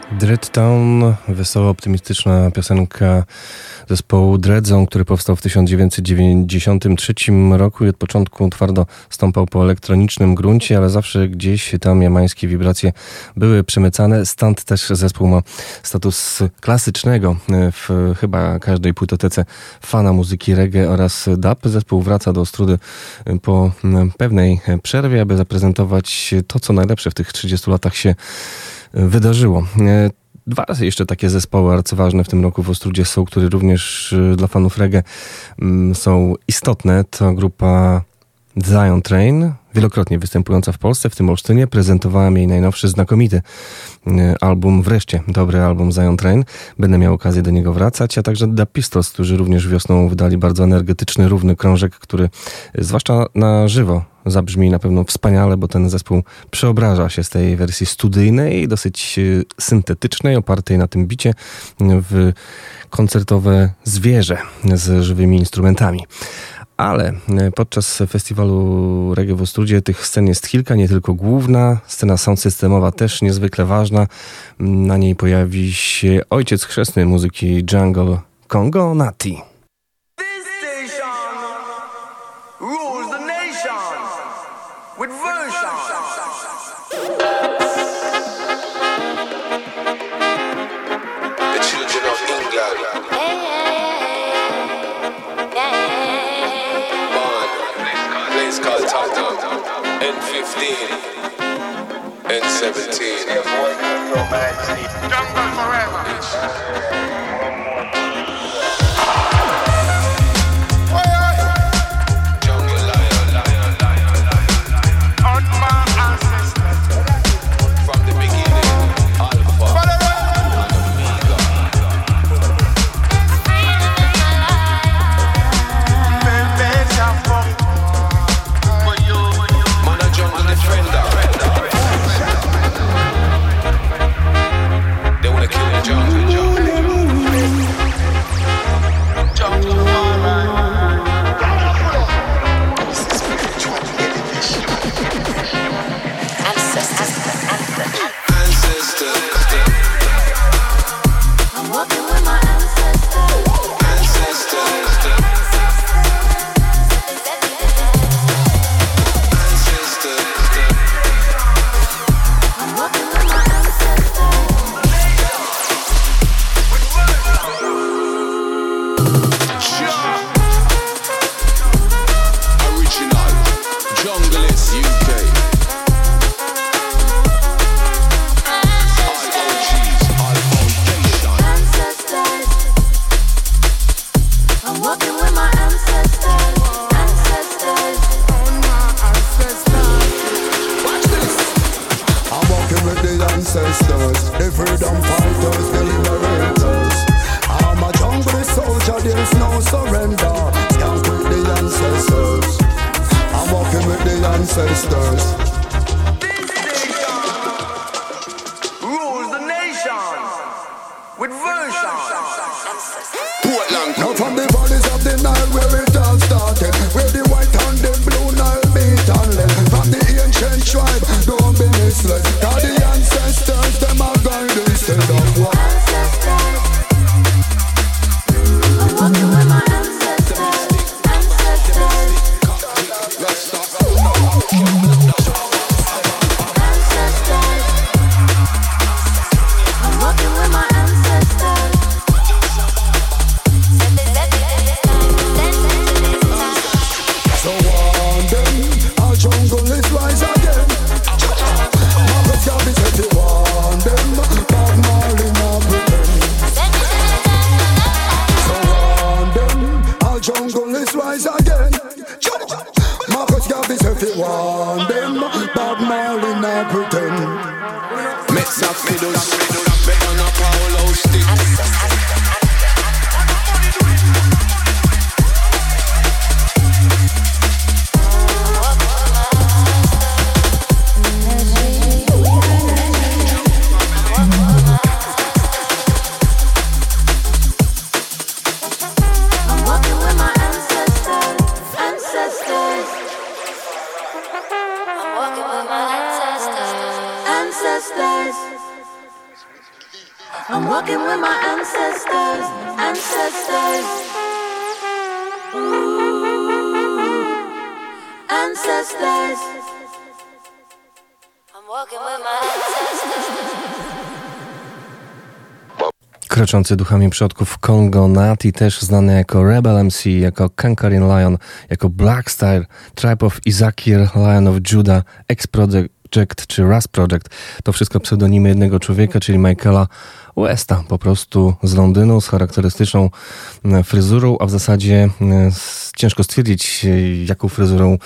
Dread Town, wesoła, optymistyczna piosenka zespołu Dreadzone, który powstał w tysiąc dziewięćset dziewięćdziesiątym trzecim roku i od początku twardo stąpał po elektronicznym gruncie, ale zawsze gdzieś tam jamańskie wibracje były przemycane, stąd też zespół ma status klasycznego w chyba każdej płytotece fana muzyki reggae oraz dub. Zespół wraca do Ostrudy po pewnej przerwie, aby zaprezentować to, co najlepsze w tych trzydziestu latach się wydarzyło. Dwa razy jeszcze takie zespoły arcyważne w tym roku w Ostrudzie są, które również dla fanów reggae są istotne. To grupa Zion Train, wielokrotnie występująca w Polsce, w tym Olsztynie. Prezentowałem jej najnowszy, znakomity album, wreszcie dobry album Zion Train. Będę miał okazję do niego wracać, a także The Pistols, którzy również wiosną wydali bardzo energetyczny, równy krążek, który zwłaszcza na żywo zabrzmi na pewno wspaniale, bo ten zespół przeobraża się z tej wersji studyjnej, dosyć syntetycznej, opartej na tym bicie, w koncertowe zwierzę z żywymi instrumentami. Ale podczas festiwalu reggae w Ostrudzie tych scen jest kilka, nie tylko główna. Scena sound systemowa też niezwykle ważna. Na niej pojawi się ojciec chrzestny muzyki jungle Congo, Nati. With version. The children of England. Born, place called Tottenham. N fifteen, N seventeen. Jungle forever. I'm walking with my ancestors, ancestors. Ooh, ancestors. I'm walking with my ancestors. Kroczący duchami przodków Kongo Nati, też znany jako Rebel M C, jako Kankarin Lion, jako Blackstar, Tribe of Izakir, Lion of Judah, X-Project czy Ras Project. To wszystko pseudonimy jednego człowieka, czyli Michaela Westa, po prostu z Londynu, z charakterystyczną fryzurą, a w zasadzie ciężko stwierdzić, jaką fryzurą,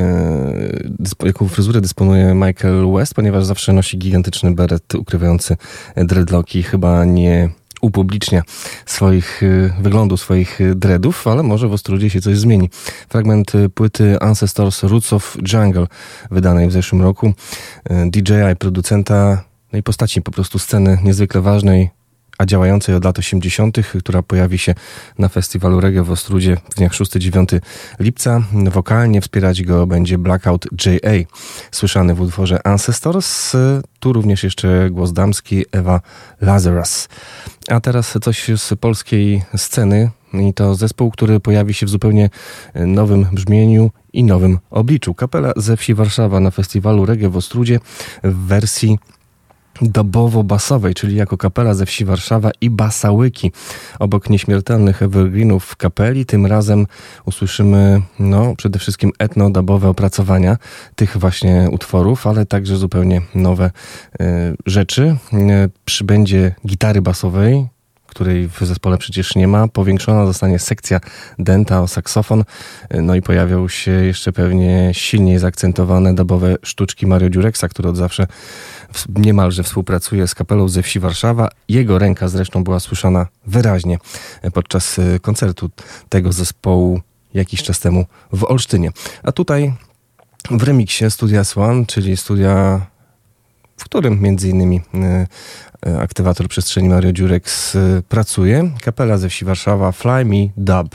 jaką fryzurę dysponuje Michael West, ponieważ zawsze nosi gigantyczny beret ukrywający dreadlocki, chyba nie upublicznia swoich wyglądu, swoich dreadów, ale może w Ostródzie się coś zmieni. Fragment płyty Ancestors Roots of Jungle, wydanej w zeszłym roku, D J I, producenta, no i postaci po prostu sceny niezwykle ważnej, a działającej od lat osiemdziesiątych, która pojawi się na festiwalu reggae w Ostródzie w dniach szóstego do dziewiątego lipca. Wokalnie wspierać go będzie Blackout J A, słyszany w utworze Ancestors. Tu również jeszcze głos damski, Ewa Lazarus. A teraz coś z polskiej sceny i to zespół, który pojawi się w zupełnie nowym brzmieniu i nowym obliczu. Kapela ze wsi Warszawa na festiwalu reggae w Ostródzie w wersji dobowo-basowej, czyli jako kapela ze wsi Warszawa i Basałyki. Obok nieśmiertelnych evergreenów w kapeli tym razem usłyszymy no, przede wszystkim etno-dubowe opracowania tych właśnie utworów, ale także zupełnie nowe y, rzeczy. Y, przybędzie gitary basowej, której w zespole przecież nie ma. Powiększona zostanie sekcja denta o saksofon. No i pojawią się jeszcze pewnie silniej zaakcentowane dubowe sztuczki Mario Dziureksa, który od zawsze niemalże współpracuje z kapelą ze wsi Warszawa. Jego ręka zresztą była słyszana wyraźnie podczas koncertu tego zespołu jakiś czas temu w Olsztynie. A tutaj w remiksie Studia Swan, czyli studia, w którym między innymi aktywator przestrzeni Mario Dziureks pracuje, kapela ze wsi Warszawa, Fly Me Dub.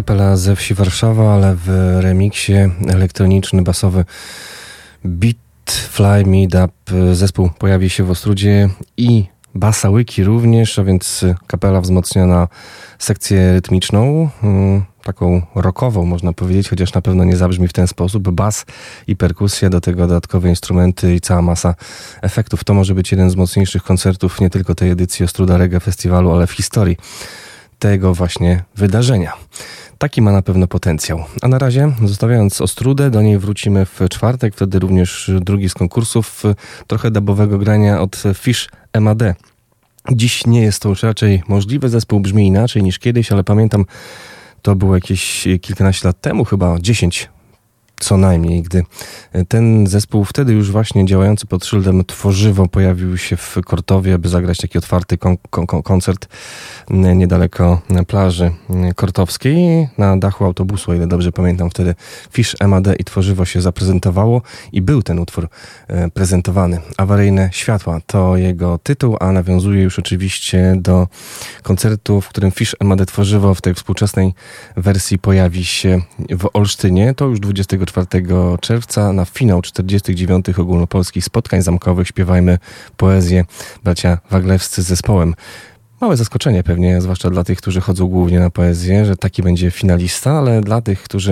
Kapela ze wsi Warszawa, ale w remiksie elektroniczny, basowy Beat Fly Me Up. Zespół pojawi się w Ostródzie i Basa Łyki również, a więc kapela wzmocniona sekcję rytmiczną, taką rockową można powiedzieć, chociaż na pewno nie zabrzmi w ten sposób. Bas i perkusja, do tego dodatkowe instrumenty i cała masa efektów. To może być jeden z mocniejszych koncertów nie tylko tej edycji Ostróda Reggae Festiwalu, ale w historii tego właśnie wydarzenia. Taki ma na pewno potencjał. A na razie, zostawiając Ostródę, do niej wrócimy w czwartek, wtedy również drugi z konkursów, trochę dubowego grania od Fish M A D. Dziś nie jest to już raczej możliwe, zespół brzmi inaczej niż kiedyś, ale pamiętam, to było jakieś kilkanaście lat temu, chyba dziesięć co najmniej, gdy ten zespół, wtedy już właśnie działający pod szyldem Tworzywo, pojawił się w Kortowie, by zagrać taki otwarty kon- kon- koncert niedaleko plaży kortowskiej, na dachu autobusu, o ile dobrze pamiętam. Wtedy Fish M A D i Tworzywo się zaprezentowało i był ten utwór e, prezentowany. Awaryjne światła to jego tytuł, a nawiązuje już oczywiście do koncertu, w którym Fish M A D Tworzywo w tej współczesnej wersji pojawi się w Olsztynie. To już dwudziestego czwartego czerwca na finał czterdziestych dziewiątych ogólnopolskich spotkań zamkowych Śpiewajmy Poezję, bracia Waglewscy z zespołem. Małe zaskoczenie pewnie, zwłaszcza dla tych, którzy chodzą głównie na poezję, że taki będzie finalista, ale dla tych, którzy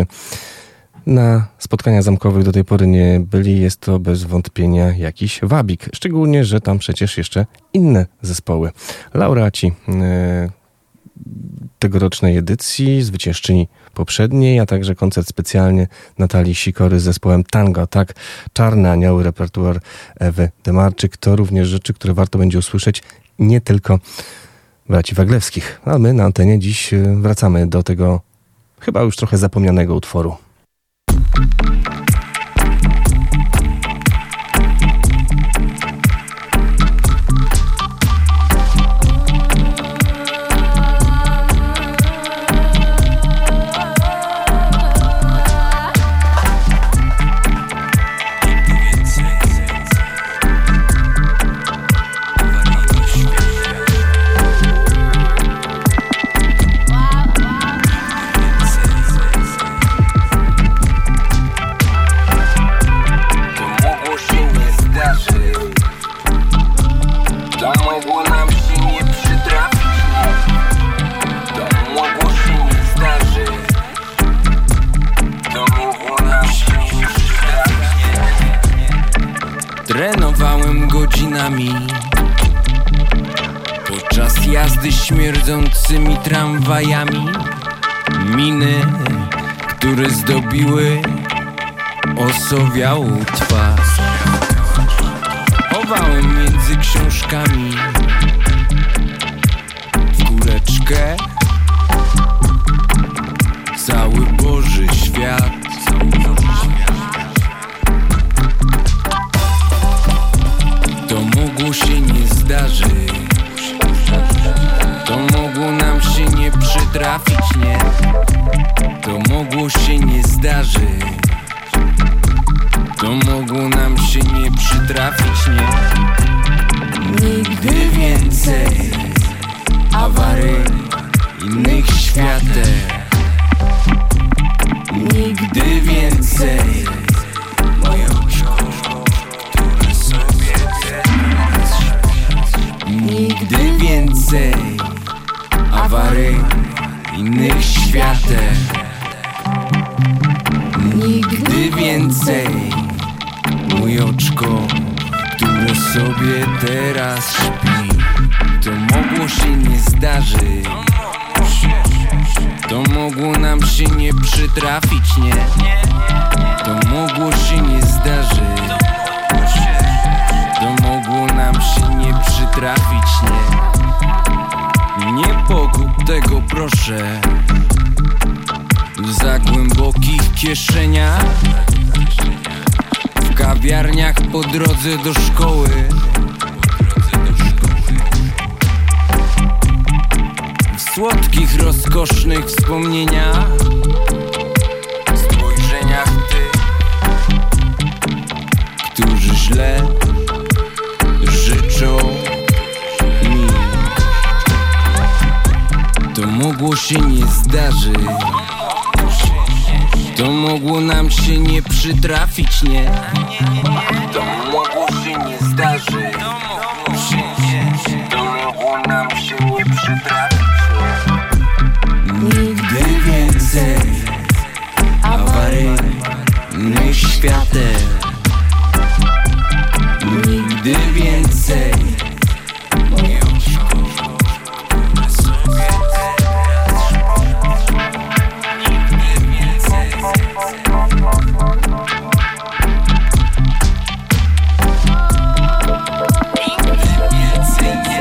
na spotkaniach zamkowych do tej pory nie byli, jest to bez wątpienia jakiś wabik. Szczególnie, że tam przecież jeszcze inne zespoły. Laureaci e, tegorocznej edycji, zwyciężczyni poprzedniej, a także koncert specjalnie Natalii Sikory z zespołem Tango. Tak, Czarne Anioły, repertuar Ewy Demarczyk. To również rzeczy, które warto będzie usłyszeć nie tylko braci Waglewskich. A my na antenie dziś wracamy do tego chyba już trochę zapomnianego utworu. Trenowałem godzinami podczas jazdy śmierdzącymi tramwajami. Miny, które zdobiły osowiałą twarz, chowałem między książkami w kuleczkę cały Boży świat. To mogło się nie zdarzyć, to mogło nam się nie przytrafić, nie. To mogło się nie zdarzyć, to mogło nam się nie przytrafić, nie. Nigdy więcej awaryjnych świateł, nigdy więcej moje oczko, które sobie teraz śpię. Nigdy więcej awaryjnych świateł, nigdy więcej moje oczko, które sobie teraz śpi. To mogło się nie zdarzyć, to mogło nam się nie przytrafić, nie. To mogło się nie zdarzyć, to mogło nam się nie przytrafić, nie. Nie pogub tego proszę w za głębokich kieszeniach, w kawiarniach po drodze do szkoły, w słodkich, rozkosznych wspomnieniach, spojrzeniach tych, którzy źle życzą mi. To mogło się nie zdarzyć, To mogło nam się nie przytrafić, nie? To mogło się nie zdarzyć. To mogło nam się nie przytrafić. Nigdy więcej awaryjnych świateł. Nigdy więcej nie odszkodzę na sobie teraz. Nigdy więcej. Nigdy więcej nie.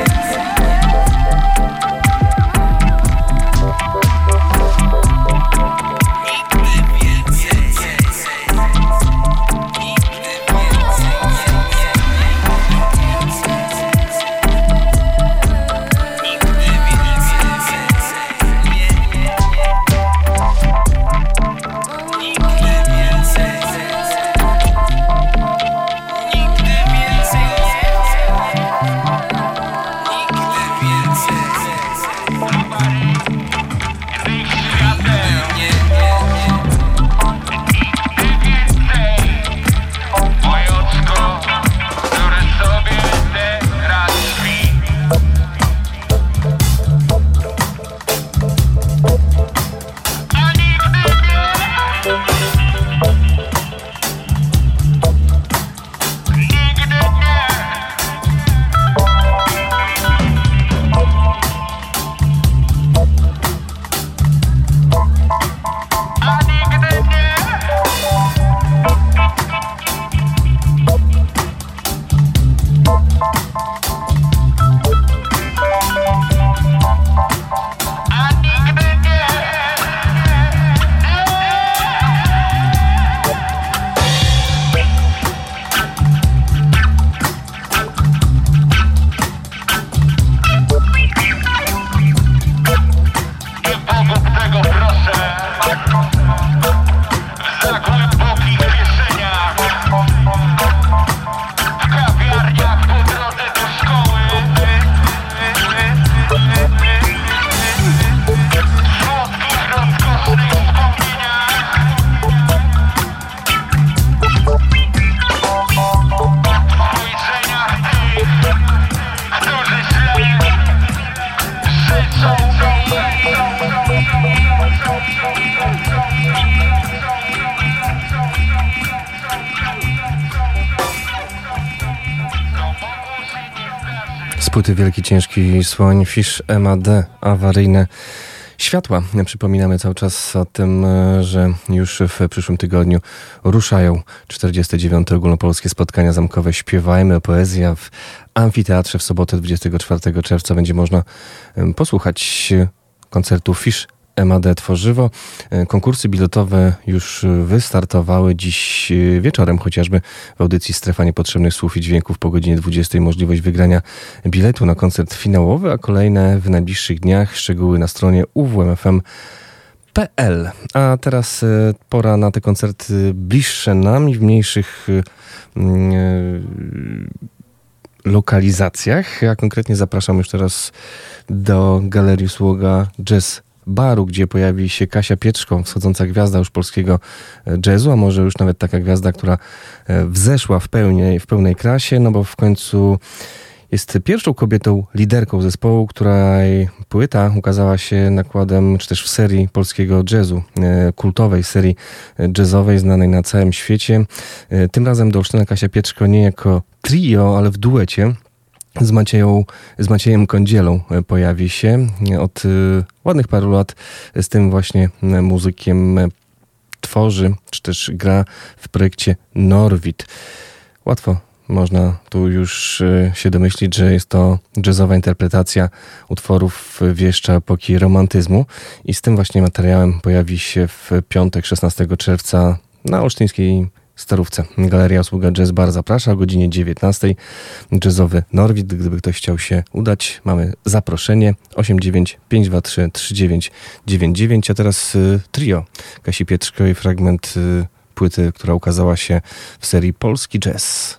Płyty Wielki Ciężki Słoń, Fish M A D, awaryjne światła. Przypominamy cały czas o tym, że już w przyszłym tygodniu ruszają czterdzieste dziewiąte ogólnopolskie spotkania zamkowe Śpiewajmy o poezji, a w amfiteatrze w sobotę dwudziestego czwartego czerwca będzie można posłuchać koncertu Fish M A D Tworzywo. Konkursy biletowe już wystartowały. Dziś wieczorem chociażby w audycji Strefa Niepotrzebnych Słów i Dźwięków po godzinie dwudziestej możliwość wygrania biletu na koncert finałowy, a kolejne w najbliższych dniach. Szczegóły na stronie u w m f m kropka p l. A teraz pora na te koncerty bliższe nam i w mniejszych lokalizacjach. Ja konkretnie zapraszam już teraz do Galerii Słoga Jazz Baru, gdzie pojawi się Kasia Pietrzko, wschodząca gwiazda już polskiego jazzu, a może już nawet taka gwiazda, która wzeszła w pełni, w pełnej krasie, no bo w końcu jest pierwszą kobietą liderką zespołu, której płyta ukazała się nakładem, czy też w serii polskiego jazzu, kultowej serii jazzowej znanej na całym świecie. Tym razem do Olsztyna Kasia Pietrzko nie jako trio, ale w duecie z, Macieją, z Maciejem Kądzielą pojawi się. Od ładnych paru lat z tym właśnie muzykiem tworzy, czy też gra w projekcie Norwid. Łatwo można tu już się domyślić, że jest to jazzowa interpretacja utworów wieszcza epoki romantyzmu i z tym właśnie materiałem pojawi się w piątek szesnastego czerwca na olsztyńskiej Starówce. Galeria Sługa Jazz Bar zaprasza o godzinie dziewiętnastej. Jazzowy Norwid, gdyby ktoś chciał się udać, mamy zaproszenie osiem dziewięć pięć dwa trzy trzy dziewięć dziewięć dziewięć. A teraz y, trio Kasi Pietrzko i fragment y, płyty, która ukazała się w serii Polski Jazz.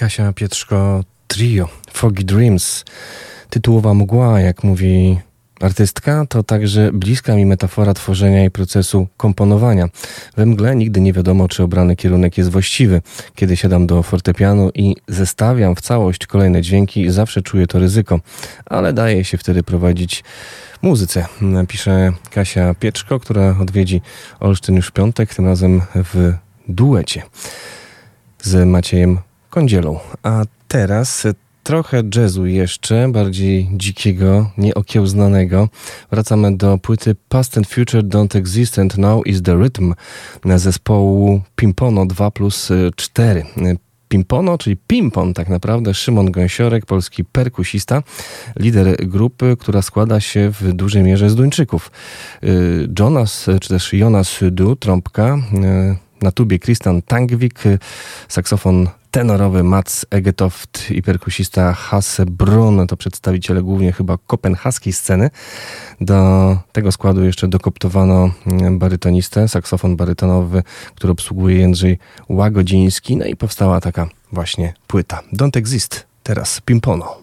Kasia Pietrzko Trio, Foggy Dreams. Tytułowa mgła, jak mówi artystka, to także bliska mi metafora tworzenia i procesu komponowania. We mgle nigdy nie wiadomo, czy obrany kierunek jest właściwy. Kiedy siadam do fortepianu i zestawiam w całość kolejne dźwięki, zawsze czuję to ryzyko, ale daje się wtedy prowadzić muzyce. Pisze Kasia Pieczko, która odwiedzi Olsztyn już w piątek, tym razem w duecie z Maciejem Kądzielą. A teraz trochę jazzu jeszcze, bardziej dzikiego, nieokiełznanego. Wracamy do płyty Past and Future Don't Exist and Now is the Rhythm zespołu Pimpono dwa plus cztery. Pimpono, czyli Pimpon tak naprawdę, Szymon Gąsiorek, polski perkusista, lider grupy, która składa się w dużej mierze z Duńczyków. Jonas, czy też Jonas Du, trąbka, na tubie Christian Tangvik, saksofon tenorowy Mats Egetoft i perkusista Hasse Brun, to przedstawiciele głównie chyba kopenhaskiej sceny. Do tego składu jeszcze dokoptowano barytonistę, saksofon barytonowy, który obsługuje Jędrzej Łagodziński, no i powstała taka właśnie płyta. Don't Exist, teraz Pimpono.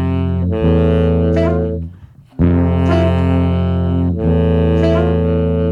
Thank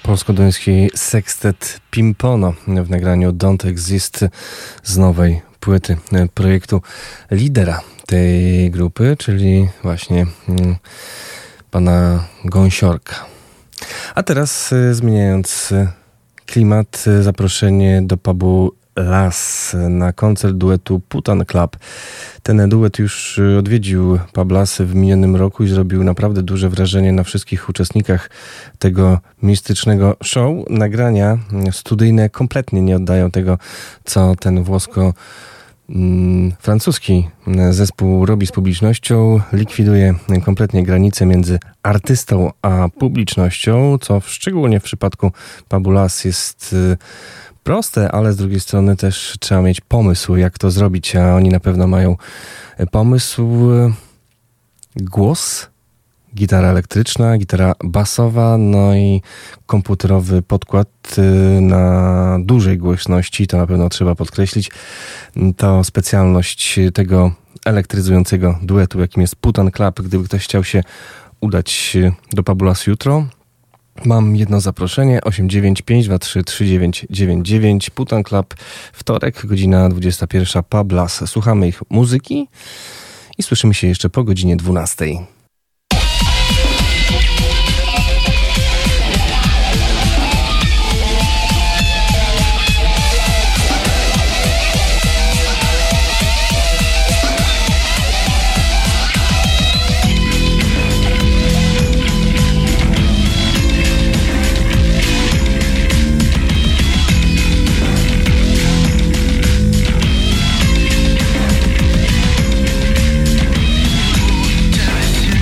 polsko-duński sekstet Pimpono w nagraniu Don't Exist z nowej płyty projektu lidera tej grupy, czyli właśnie mm, pana Gąsiorka. A teraz zmieniając klimat, zaproszenie do pubu Las na koncert duetu Putan Club. Ten duet już odwiedził pub Las w minionym roku i zrobił naprawdę duże wrażenie na wszystkich uczestnikach tego mistycznego show. Nagrania studyjne kompletnie nie oddają tego, co ten włosko francuski zespół robi z publicznością. Likwiduje kompletnie granice między artystą a publicznością, co w, szczególnie w przypadku pubu Las jest proste, ale z drugiej strony też trzeba mieć pomysł, jak to zrobić, a oni na pewno mają pomysł. Głos, gitara elektryczna, gitara basowa, no i komputerowy podkład na dużej głośności, to na pewno trzeba podkreślić. To specjalność tego elektryzującego duetu, jakim jest Putan Club. Gdyby ktoś chciał się udać do pubu Las jutro, mam jedno zaproszenie, osiem dziewięć pięć dwa trzy trzy dziewięć dziewięć dziewięć, Putan Club, wtorek, godzina dwudziesta pierwsza, pub Las. Słuchamy ich muzyki i słyszymy się jeszcze po godzinie dwunastej. Tell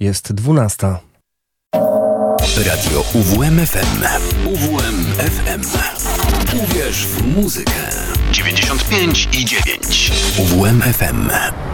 jest dwunasta. Radio U W M F M. U W M F M. Uwierz w muzykę. dziewięćdziesiąt pięć i dziewięć. U W M F M.